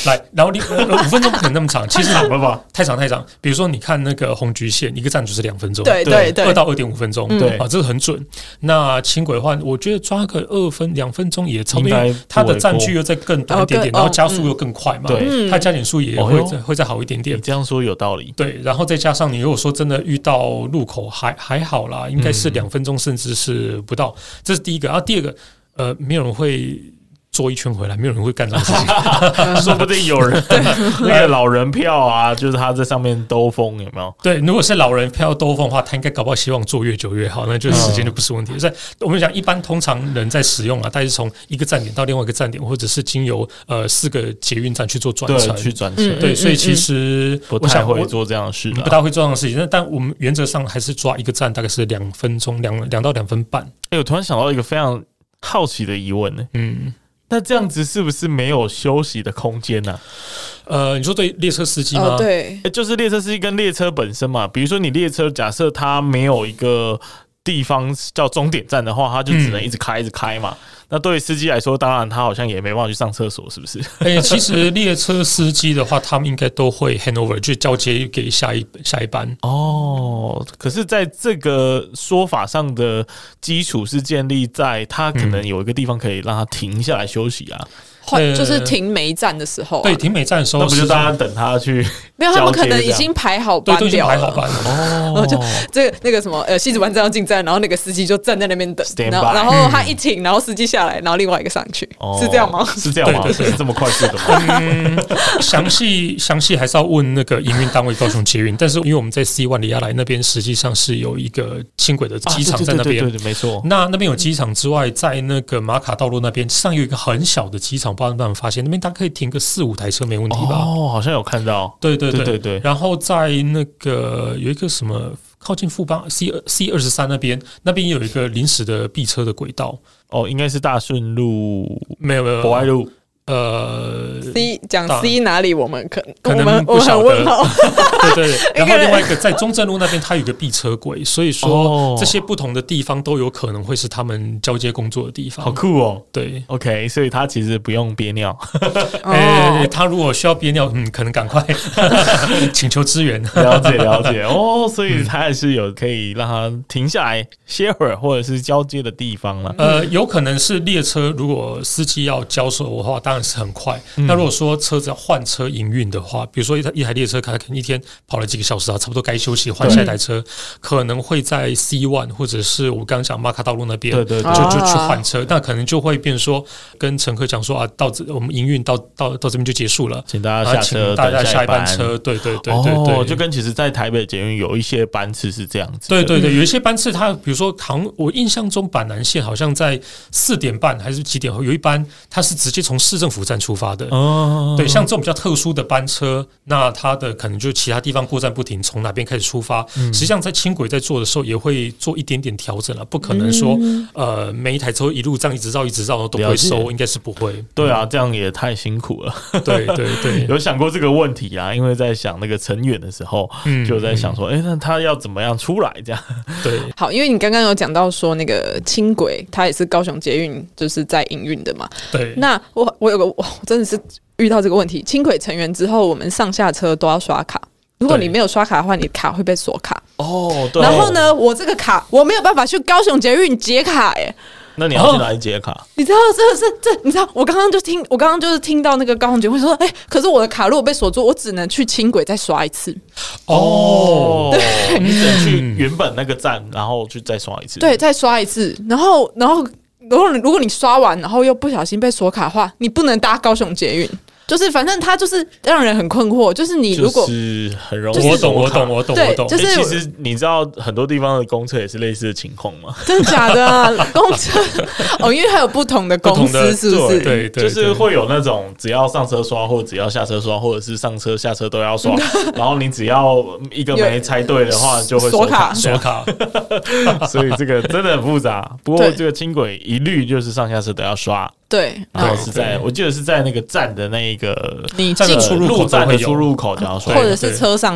来，然后你五分钟不可能那么长，其实长了吧？ 太长太长。比如说，你看那个红橘线，一个站就是两分钟， 对对对， 二到二点五分钟， 对啊，这个很准。那轻轨的话，我觉得抓个二分两分钟也差不多，因为它的占据又再更短一点点，然后加速又更快嘛， 对， 它加减速也会再会再好一点点。 你这样说有道理， 对。然后再加上你如果说真的遇到路口还还好啦，应该是两分钟甚至是不到，这是第一个。然后第二个，呃，没有人会坐一圈回来，没有人会干这种事情， 说不定有人那个老人票啊，就是他在上面兜风，有没有？ 对，如果是老人票兜风的话，他应该搞不好希望坐越久越好，那就时间就不是问题。嗯、所以我们讲，一般通常人在使用啊，大概是从一个站点到另外一个站点，或者是经由呃四个捷运站去做转乘， 去转乘。 对，所以其实不太会做这样的事， 不太会做这样的事情。但我们原则上还是抓一个站，大概是两分钟，两两到两分半。 哎、欸，我突然想到一个非常好奇的疑问呢、欸，嗯。那这样子是不是没有休息的空间呢、啊？ 呃，你说对列车司机吗？ 哦、对、 欸，就是列车司机跟列车本身嘛。比如说你列车，假设它没有一个地方叫终点站的话，它就只能一直开一直开嘛。嗯、那对于司机来说，当然他好像也没办法去上厕所，是不是？ 哎、欸，其实列车司机的话，他们应该都会 hand over 就交接给下一下一班。 哦，可是在这个说法上的基础是建立在他可能有一个地方可以让他停下来休息啊。 换就是停每一站的时候、啊， 对，停每站的时候， 那不就大家等他去？ 没有，他们可能已经排好班表了， 排好班了。 哦，就这个那个什么呃，西子湾站要进站，然后那个司机就站在那边等，然后然后他一停，然后司机下来，然后另外一个上去，哦、是这样吗？ 是这样吗？ 对对对， 是这么快速的吗？ 嗯，详细详细还是要问那个营运单位高雄捷运，但是因为我们在 C 万里亚来那边，实际上是有一个轻轨的机场在那边， 对对对，没错。 那那边有机场之外，在那个马卡道路那边上有一个很小的机场，不知道你们发现那边。大概可以停个四五台车没问题吧？ 哦，好像有看到。 对对对对 对, 對。 然后在那个有一个什么靠近富邦 C C 二十三那边，那边有一个临时的避车的轨道。 哦，应该是大顺路， 没有没有博爱路。 呃 ，C 讲 C 哪里我们可可能不晓得，对对对。然后另外一个在中正路那边，它有一个避车轨，所以说这些不同的地方都有可能会是他们交接工作的地方。 好酷哦！ 对 ，OK， 所以他其实不用憋尿。 哎、欸，他如果需要憋尿，嗯，可能赶快请求支援。 了解了解哦，所以他还是有可以让他停下来歇会儿，或者是交接的地方了。 呃，有可能是列车，如果司机要交收的话，当然是很快。嗯、那如果说车子要换车营运的话，比如说一台一台列车，可能一天跑了几个小时啊，差不多该休息换下一台车，可能会在 C 一 或者是我刚刚讲马卡道路那边，对对对，就就去换车，那可能就会变成说跟乘客讲说啊，到这我们营运到到到这边就结束了， 请大家下车， 大家下一班车，对对对对对， 哦，就跟其实在台北捷运有一些班次是这样子， 对对对，有一些班次它比如说好像我印象中板南线好像在四点半还是几点后有一班，它是直接从市政府站出发的，哦，对，像这种比较特殊的班车，那它的可能就其他地方过站不停，从哪边开始出发，嗯、实际上在轻轨在做的时候也会做一点点调整了，不可能说、嗯、呃每一台车一路这样一直绕一直绕都不会收，应该是不会。 对啊，这样也太辛苦了。 对对对， 有想过这个问题啊？因为在想那个成员的时候，嗯、就在想说，哎、欸，那他要怎么样出来？这样对。 好，因为你刚刚有讲到说那个轻轨，它也是高雄捷运就是在营运的嘛。 对。 那我我有个我真的是遇到这个问题，轻轨成员之后，我们上下车都要刷卡。如果你没有刷卡的话，你卡会被锁卡。 哦，对。 然后呢，我这个卡我没有办法去高雄捷运解卡、欸，哎。 那你要去哪里解卡？哦、 你知道这是这？你知道我刚刚就听，我刚刚就是听到那个高雄捷运说，哎、欸，可是我的卡如果被锁住，我只能去轻轨再刷一次。 哦，对，你只能去原本那个站，然后去再刷一次。 对，再刷一次，然后然后如果如果你刷完，然后又不小心被锁卡的话，你不能搭高雄捷运。就是反正他就是让人很困惑，就是你如果就是很容易、 就是，我懂我懂我懂我懂， 就是、 欸、其实你知道很多地方的公车也是类似的情况吗？ 真的假的啊？公车哦，因为它有不同的公司，是不是？ 对 对, 对，就是会有那种只要上车刷，或者只要下车刷，或者是上车下车都要刷，然后你只要一个没猜对的话，就会锁卡锁卡。 所以这个真的很复杂。不过这个轻轨一律就是上下车都要刷。 对， 然后是在我记得是在那个站的那一个你进入站的出入口就要刷， 或者是车上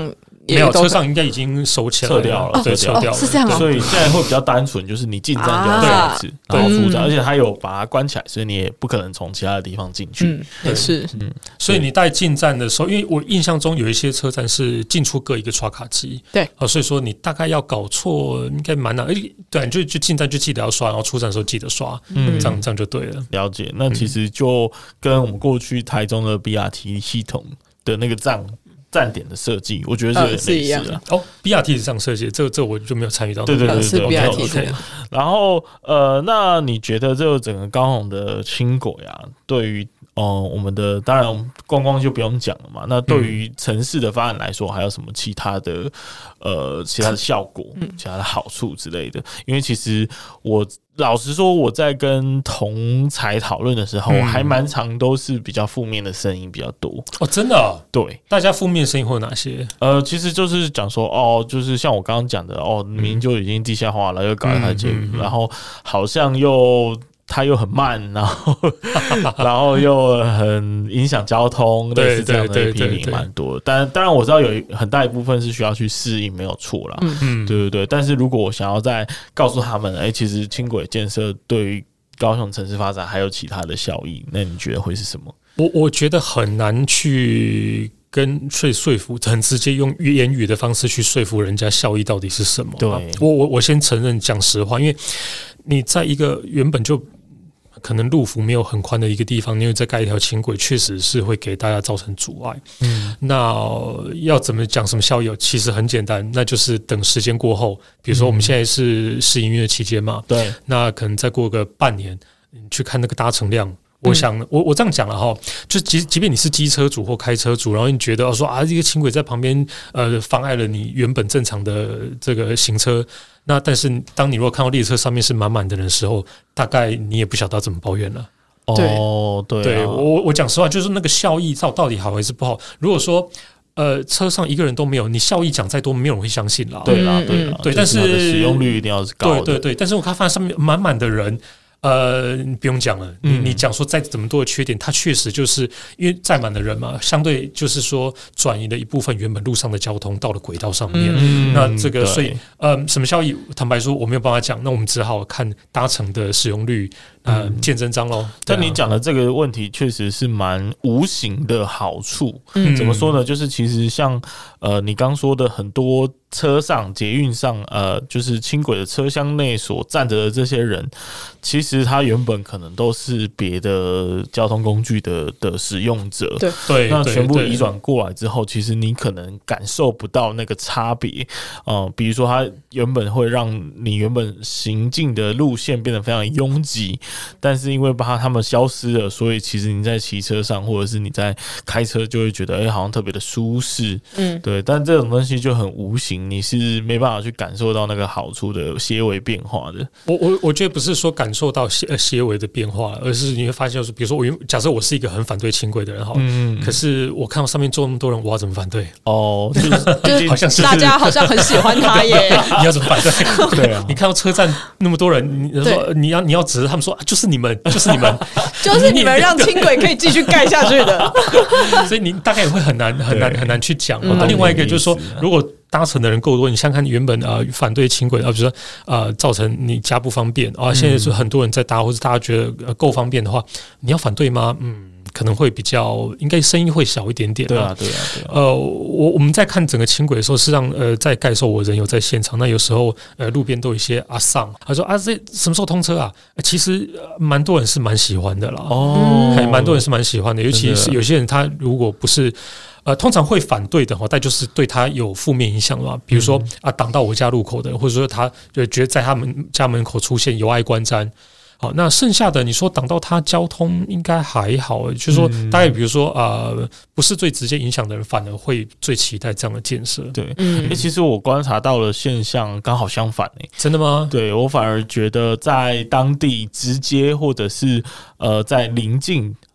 没有车上应该已经收起来撤掉了， 对，撤掉了， 是这样， 所以现在会比较单纯，就是你进站就要下一次，然后出站，而且它有把它关起来，所以你也不可能从其他的地方进去。 嗯，也是， 嗯，所以你在进站的时候，因为我印象中有一些车站是进出各一个刷卡机， 对， 啊，所以说你大概要搞错，应该蛮难，而且对，就就进站就记得要刷，然后出站的时候记得刷，嗯，这样这样就对了。 了解，那其实就跟我们过去台中的 B R T 系统的那个站站点的设计，我觉得是有点类似的。 哦 ，B R T 是这样设计，这这我就没有参与到。 对对对对， 是 B R T 这样。然后呃，那你觉得这个整个高雄的轻轨啊，对于哦、呃，我们的当然观光就不用讲了嘛。那对于城市的发展来说，还有什么其他的呃其他的效果、其他的好处之类的？因为其实我老实说，我在跟同才讨论的时候，嗯、还蛮常都是比较负面的声音比较多。 哦，真的、哦？ 对， 大家负面声音会有哪些？ 呃，其实就是讲说，哦，就是像我刚刚讲的，哦，明明就已经地下化了，又搞一台捷运，然后好像又。它又很慢，然后然后又很影响交通，类似这样的批评蛮多的。但当然我知道有很大一部分是需要去适应，没有错啦。嗯，对对对。但是如果我想要再告诉他们，哎、欸，其实轻轨建设对于高雄城市发展还有其他的效益，那你觉得会是什么？ 我我觉得很难去。跟说说服，很直接用言语的方式去说服人家效益到底是什么？ 对， 我我我先承认讲实话，因为你在一个原本就可能路幅没有很宽的一个地方，因为再盖一条轻轨，确实是会给大家造成阻碍。嗯，那要怎么讲什么效益？其实很简单，那就是等时间过后，比如说我们现在是试营运的期间嘛， 对， 那可能再过个半年，你去看那个搭乘量。我想，我我这样讲了哈，就即即便你是机车主或开车主，然后你觉得说啊，这个轻轨在旁边呃妨碍了你原本正常的这个行车，那但是当你如果看到列车上面是满满的人的时候，大概你也不晓得要怎么抱怨了。 哦，对， 对我我讲实话，就是那个效益到到底好还是不好？如果说呃车上一个人都没有，你效益讲再多，没有人会相信啦。 对啦，对啦， 对，但是使用率一定要是高的。 对对对，但是我看发现上面满满的人。呃，你不用讲了，你你讲说再怎么多的缺点，它确实就是因为载满的人嘛，相对就是说转移了一部分原本路上的交通到了轨道上面。嗯、那这个所以呃，什么效益？坦白说我没有办法讲，那我们只好看搭乘的使用率，呃，见真章咯。 但你讲的这个问题确实是蛮无形的好处。嗯，怎么说呢？就是其实像呃，你刚说的很多。车上捷运上，呃，就是轻轨的车厢内所站着的这些人，其实他原本可能都是别的交通工具的的使用者， 对对， 那全部移转过来之后，其实你可能感受不到那个差别，呃，比如说它原本会让你原本行进的路线变得非常拥挤，但是因为把它他们消失了，所以其实你在骑车上或者是你在开车就会觉得，哎、欸，好像特别的舒适，嗯，对，但这种东西就很无形。你是没办法去感受到那个好处的些微变化的。 我我我觉得不是说感受到些些微的变化，而是你会发现，就是比如说我假设我是一个很反对轻轨的人哈，嗯，可是我看到上面坐那么多人，我要怎么反对？ 哦，就是好像是大家好像很喜欢他耶， 你要怎么反对？ 对啊， 你看到车站那么多人，你说你要你要指着他们说、啊，就是你们，就是你们， 就是你们让轻轨可以继续盖下去的， 所以你大概也会很难很难很难去讲。那、嗯、另外一个就是说，如果搭乘的人够多，你想看原本啊、呃、反对轻轨啊，比如说啊、呃、造成你家不方便啊，现在是很多人在搭，或者大家觉得、呃、够方便的话，你要反对吗？嗯，可能会比较应该声音会小一点点、啊。 对啊，对啊，对啊。 呃，我我们在看整个轻轨的时候，事实上呃在盖的时候我人有在现场，那有时候呃路边都有一些阿桑，他说啊这什么时候通车啊？其实蛮、呃、多人是蛮喜欢的啦，哦，还蛮多人是蛮喜欢的，尤其是有些人他如果不是。呃，通常会反对的哈，但就是对他有负面影响嘛。比如说啊，挡到我家路口的，或者说他就觉得在他们家门口出现有碍观瞻。好，那剩下的你说挡到他交通应该还好，就是说大概比如说呃，不是最直接影响的人，反而会最期待这样的建设。 对，嗯，欸、其实我观察到的现象刚好相反诶、欸。 真的吗？ 对，我反而觉得在当地直接或者是呃在邻近。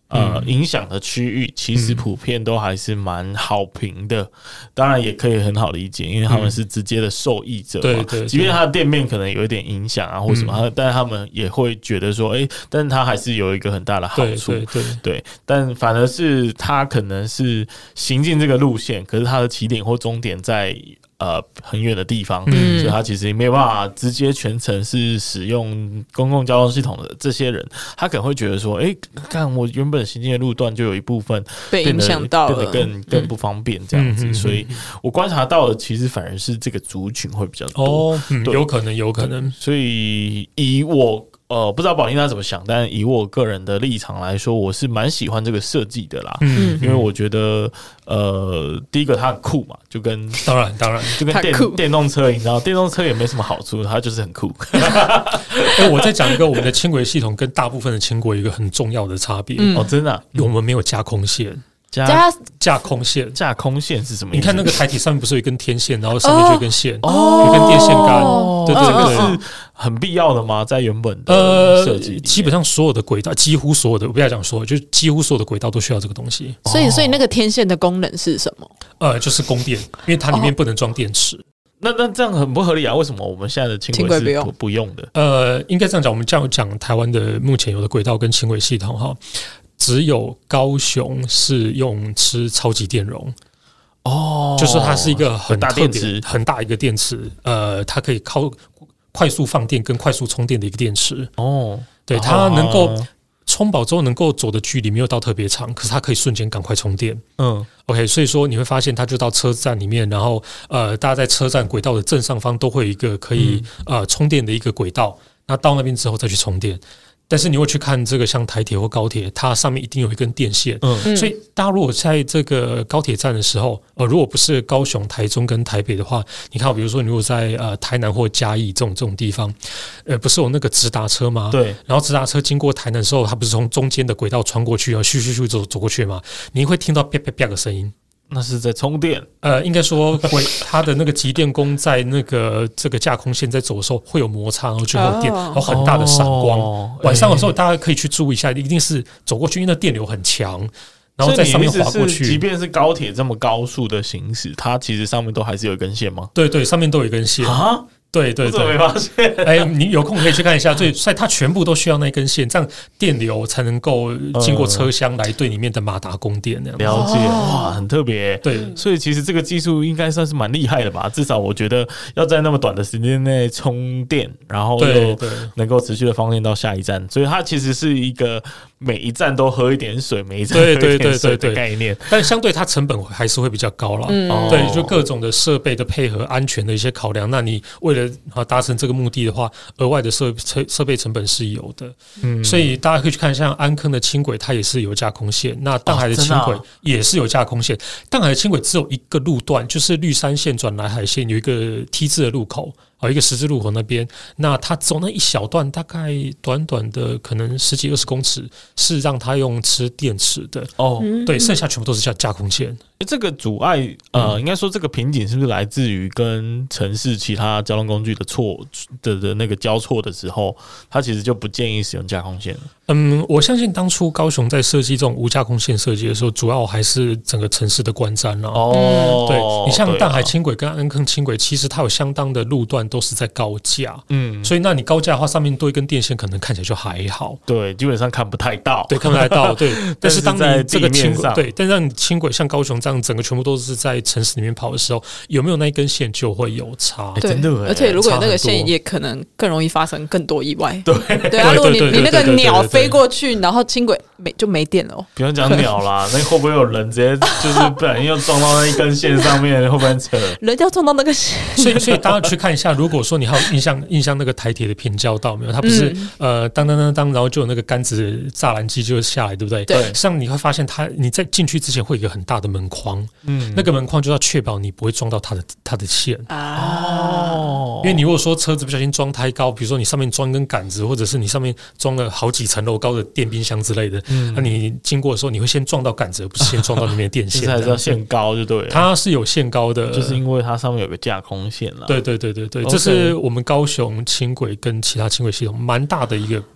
呃，影响的区域其实普遍都还是蛮好评的，当然也可以很好理解，因为他们是直接的受益者嘛。对对对，即便他的店面可能有一点影响啊，或什么，嗯、但是他们也会觉得说，哎、欸，但是他还是有一个很大的好处。对对 对, 对，但反而是他可能是行进这个路线，可是他的起点或终点在。呃，很远的地方，嗯、所以他其实没有办法直接全程是使用公共交通系统的这些人，他可能会觉得说，哎、欸，看我原本行进的路段就有一部分被影响到了， 变得更更不方便这样子，嗯、所以我观察到的其实反而是这个族群会比较多， 哦，嗯、有可能，有可能， 所以以我。呃，不知道宝丽娜怎么想，但以我个人的立场来说，我是蛮喜欢这个设计的啦。嗯，因为我觉得，呃，第一个它很酷嘛，就跟当然当然就跟电电动车，你知道，电动车也没什么好处，它就是很酷。 欸、我再讲一个，我们的轻轨系统跟大部分的轻轨有一个很重要的差别、 嗯、哦，真的、啊， 我们没有架空线。 架架空线， 架空线是什么意思？ 你看那个台体上面不是有一根天线，然后上面就有一根线，哦，有一根电线杆， 哦、对对对，这个是很必要的吗？在原本的设计、呃， 基本上所有的轨道，几乎所有的，我不要讲所有，就几乎所有的轨道都需要这个东西。 所以，所以那个天线的功能是什么？ 呃，就是供电，因为它里面不能装电池。 那那这样很不合理啊？为什么我们现在的轻轨是 不, 不用的？ 呃，应该这样讲，我们这样讲台湾的目前有的轨道跟轻轨系统哈。只有高雄是用吃超级电容哦，就是它是一个很大电池，很大一个电池，呃，它可以靠快速放电跟快速充电的一个电池哦，对，它能够充饱之后能够走的距离没有到特别长，可是它可以瞬间赶快充电，嗯 ，OK， 所以说你会发现它就到车站里面，然后呃，大家在车站轨道的正上方都会有一个可以、嗯、呃充电的一个轨道，那到那边之后再去充电。但是你会去看这个像台铁或高铁，它上面一定有一根电线，嗯，所以大家如果在这个高铁站的时候，呃，如果不是高雄、台中跟台北的话，你看，比如说你如果在呃台南或嘉义这种这种地方，呃，不是有那个直达车吗？对，然后直达车经过台南的时候，它不是从中间的轨道穿过去，然后咻咻咻走走过去吗？你会听到啪啪啪的声音。 那是在充电， 呃，应该说，它的那个集电弓在那个这个架空线在走的时候会有摩擦，然后就会有电，然后很大的闪光。哦、晚上的时候，大家可以去注意一下，一定是走过去，因为那电流很强，然后在上面滑过去。 即便是高铁这么高速的行驶，它其实上面都还是有一根线吗？ 对对，上面都有一根线啊。 对对对， 我怎么没发现？ 哎、欸，你有空可以去看一下。所以，所以它全部都需要那根线，这样电流才能够经过车厢来对里面的马达供电。那样了解，哇，很特别。 对， 所以其实这个技术应该算是蛮厉害的吧？至少我觉得要在那么短的时间内充电，然后又能够持续的放电到下一站，所以它其实是一个每一站都喝一点水，每一站喝一点水的概念。 但相对它成本还是会比较高啦。嗯，对，就各种的设备的配合、安全的一些考量。那你为了达成这个目的的话，额外的设设备成本是有的，嗯，所以大家可以去看，像安坑的轻轨，它也是有架空线；那淡海的轻轨也是有架空线。淡海的轻轨只有一个路段，就是绿山线转来海线有一个 T 字的路口。哦，一个十字路口那边，那它走那一小段，大概短短的可能十几二十公尺，是让它用吃电池的哦，对，剩下全部都是架架空线。 这个阻碍，呃，嗯、应该说这个瓶颈是不是来自于跟城市其他交通工具的错的的那个交错的时候，它其实就不建议使用架空线了？ 嗯，我相信当初高雄在设计这种无架空线设计的时候，主要还是整个城市的观瞻啦。哦，对，你像淡海轻轨跟安坑轻轨，其实它有相当的路段都是在高架，嗯，所以那你高架的话，上面多一根电线，可能看起来就还好。 对，基本上看不太到， 对，看不太到。对，但是当你这个轻轨，对，但让你轻轨像高雄这样，整个全部都是在城市里面跑的时候，有没有那一根线就会有差。 对， 真的， 而且如果有那个线，也可能更容易发生更多意外。 对， 对啊，如果你你那个鸟飞过去，然后轻轨没就没电了。 不用讲鸟啦，那会不会有人直接就是不小心又撞到那一根线上面，会不会扯？ 人要撞到那个线。 所以，所以大家去看一下，如果说你还有印象印象那个台铁的平交道没有？它不是、嗯、呃当当当当，然后就有那个杆子栅栏机就下来，对不对？ 对。 像你会发现它，你在进去之前会有一个很大的门框，嗯，那个门框就要确保你不会撞到它的它的线哦。因为你如果说车子不小心装太高，比如说你上面装根杆子，或者是你上面装了好几层楼高的电冰箱之类的，嗯，那你经过的时候，你会先撞到杆子，而不是先撞到里面的电线。 还是要限高就对了。 它是有限高的， 就是因为它上面有个架空线啦。 对对对对对， okay. 这是我们高雄轻轨跟其他轻轨系统蛮大的一个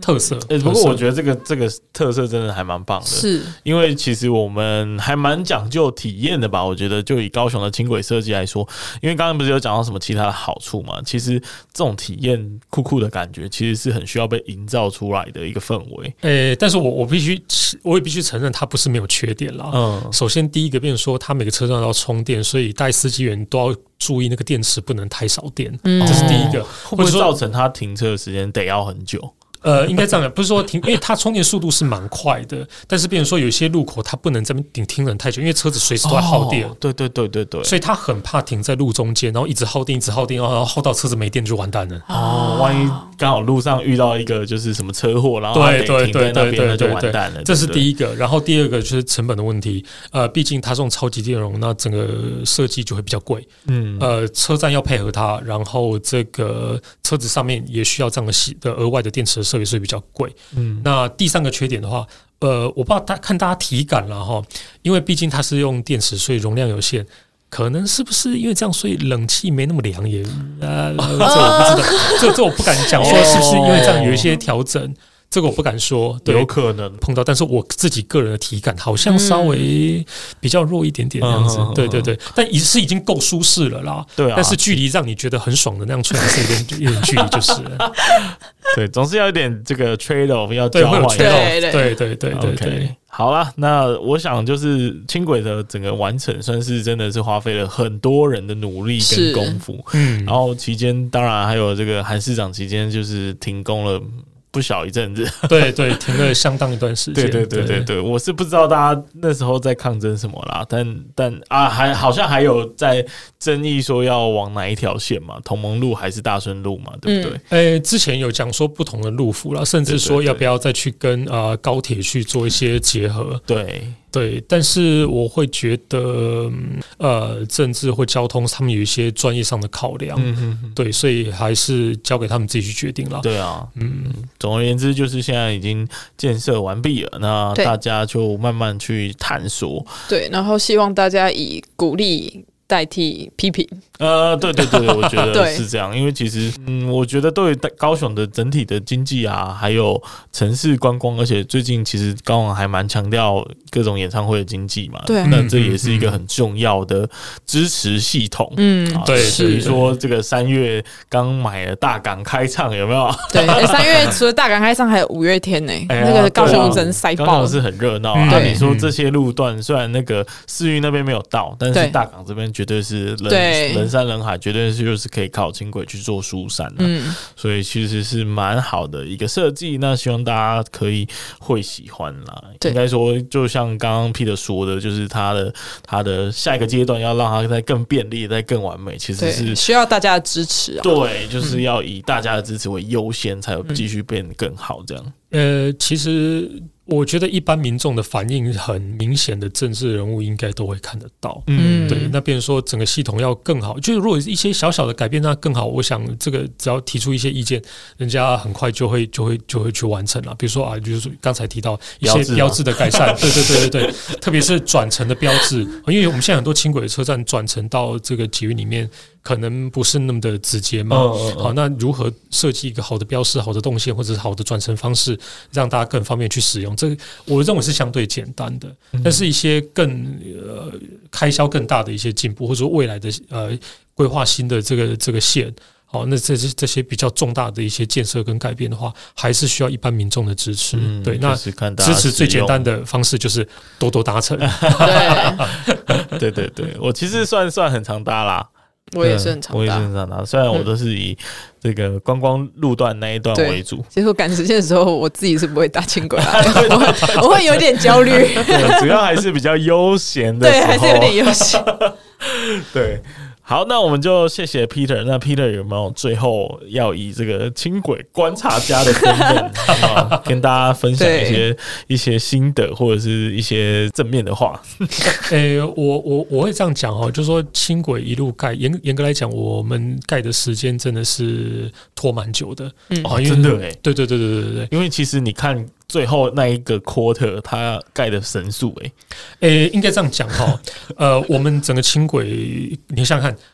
特色。 欸、不过我觉得这个这个特色真的还蛮棒的， 是因为其实我们还蛮讲究体验的吧？我觉得就以高雄的轻轨设计来说，因为刚刚不是有讲到什么其他的好处嘛？其实这种体验酷酷的感觉，其实是很需要被营造出来的一个氛围。 诶、欸，但是我我必须我也必须承认，它不是没有缺点啦。嗯，首先第一个变成说，它每个车站都要充电，所以带司机员都要注意那个电池不能太少电，嗯、这是第一个。 会不会造成它停车的时间得要很久？ 呃，应该这样讲，不是说停，因为它充电速度是蛮快的，但是变成说有一些路口它不能这边停停人太久，因为车子随时都在耗电。 哦、对对对对对， 所以他很怕停在路中间，然后一直耗电，一直耗电，然后耗到车子没电就完蛋了。 哦，万一刚好路上遇到一个就是什么车祸，然后它得停在那边，那就完蛋了。 这是第一个，然后第二个就是成本的问题。呃，毕竟它这种超级电容，那整个设计就会比较贵。嗯，呃，车站要配合它，然后这个车子上面也需要这样的的额外的电池的设备，所以比较贵。嗯，那第三个缺点的话，呃，我不知道大看大家体感了哈，因为毕竟它是用电池，所以容量有限，可能是不是因为这样，所以冷气没那么凉也？呃，这我不知道，这这我不敢讲说是不是因为这样有一些调整。这个我不敢说， 有可能碰到，但是我自己个人的体感好像稍微比较弱一点点这样子，嗯、对对对，但也是已经够舒适了啦。 对啊， 但是距离让你觉得很爽的那样出来是有点有点距离，就是了。 对，总是要有点这个 trade off 要交换， 对对对对对对对。 好啦，那我想就是轻轨的整个完成，算是真的是花费了很多人的努力跟功夫。嗯，然后期间当然还有这个韩市长期间就是停工了。不小一阵子， 对对，停了相当一段时间。 对对对对对，我是不知道大家那时候在抗争什么啦，但但啊，还好像还有在争议说要往哪一条线嘛，同盟路还是大顺路嘛，对不对？ 呃、嗯欸，之前有讲说不同的路幅啦，甚至说要不要再去跟呃高铁去做一些结合。 对。 对，但是我会觉得，呃，政治或交通他们有一些专业上的考量，嗯哼哼对，所以还是交给他们自己去决定了。 对啊，嗯，总而言之，就是现在已经建设完毕了，那大家就慢慢去探索。 对，然后希望大家以鼓励代替批评。 呃，对对对，我觉得是这样，因为其实，嗯，我觉得对于高雄的整体的经济啊，还有城市观光，而且最近其实高雄还蛮强调各种演唱会的经济嘛， 对、啊， 那这也是一个很重要的支持系统。 嗯， 啊、 对， 比如说这个三月刚买了大港开唱，有没有？ 对，三、欸、月除了大港开唱，还有五月天呢、欸哎，那个高雄真塞爆， 高雄是很热闹啊。你说这些路段，虽然那个世运那边没有到，但是大港这边绝对是人人山人海，绝对是就是可以靠轻轨去做疏散的、啊嗯，所以其实是蛮好的一个设计。那希望大家可以会喜欢啦。应该说，就像刚刚 Peter 说的，就是他的他的下一个阶段要让它再更便利、再更完美，其实是需要大家的支持啊。 对，就是要以大家的支持为优先，才有继续变得更好这样。 呃，其实我觉得一般民众的反应很明显的政治人物应该都会看得到，嗯，对。那变成说整个系统要更好，就是如果一些小小的改变那更好，我想这个只要提出一些意见，人家很快就会就会就会去完成了。比如说啊，就是刚才提到一些标志的改善，对对对对对，特别是转乘的标志，因为我们现在很多轻轨车站转乘到这个捷运里面。可能不是那么的直接嘛，哦哦哦好，那如何设计一个好的标识、好的动线或者是好的转乘方式，让大家更方便去使用？这个我认为是相对简单的，嗯、但是一些更呃开销更大的一些进步，或者说未来的呃规划新的这个这个线。好，那这些这些比较重大的一些建设跟改变的话，还是需要一般民众的支持。嗯、对，那支持最简单的方式就是多多搭乘。 对， 对对对，我其实算算很常搭啦。 我也是很常搭， 我也是很常搭。虽然我都是以这个观光路段那一段为主， 其实我赶时间的时候，我自己是不会搭轻轨啦，我会我会有点焦虑。 对，主要还是比较悠闲的， 对，还是有点悠闲。 对。好，那我们就谢谢 Peter。那 Peter 有没有最后要以这个轻轨观察家的身份，跟大家分享一些一些心得或者是一些正面的话？ 诶、欸，我我我会这样讲哦，就是说轻轨一路盖，严严格来讲，我们盖的时间真的是拖蛮久的。 嗯，哦，真的哎、欸， 对对对对对对， 因为其实你看。最后那一个 quarter， 它盖的神速哎、 欸，诶、欸，应该这样讲哈，呃，我们整个轻轨，你想想看，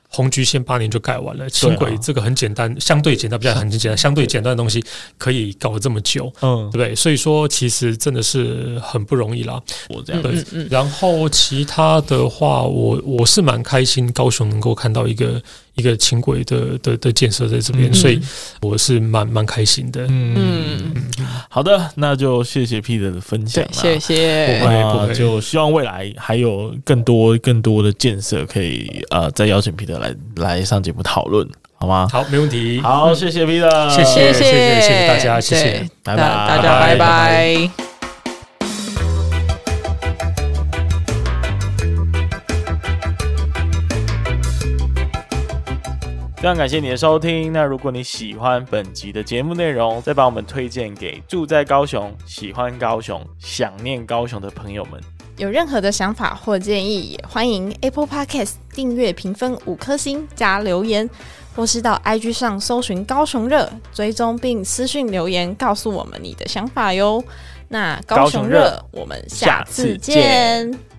红橘线八年就盖完了，轻轨这个很简单，相对简单，不叫很简单，相对简单的东西可以搞了这么久，嗯，对不对？所以说其实真的是很不容易啦。 我这样对，然后其他的话，我我是蛮开心，高雄能够看到一个一个轻轨的的的建设在这边，嗯、所以我是蛮蛮开心的。嗯， 嗯好的，那就谢谢 Peter 的分享， 谢谢。 不会不会， 就希望未来还有更多更多的建设可以呃再邀请 Peter 来来上节目讨论。好吗？ 好，没问题。 好，谢谢 Peter， 谢谢谢谢谢谢大家，谢谢， 拜拜， 大家拜拜。 非常感谢你的收听。那如果你喜欢本集的节目内容，再把我们推荐给住在高雄、喜欢高雄、想念高雄的朋友们。 有任何的想法或建议，也欢迎 Apple Podcast 订阅、评分五颗星加留言，或是到 I G 上搜寻高雄热，追踪并私讯留言告诉我们你的想法哟。那高雄热，我们下次见。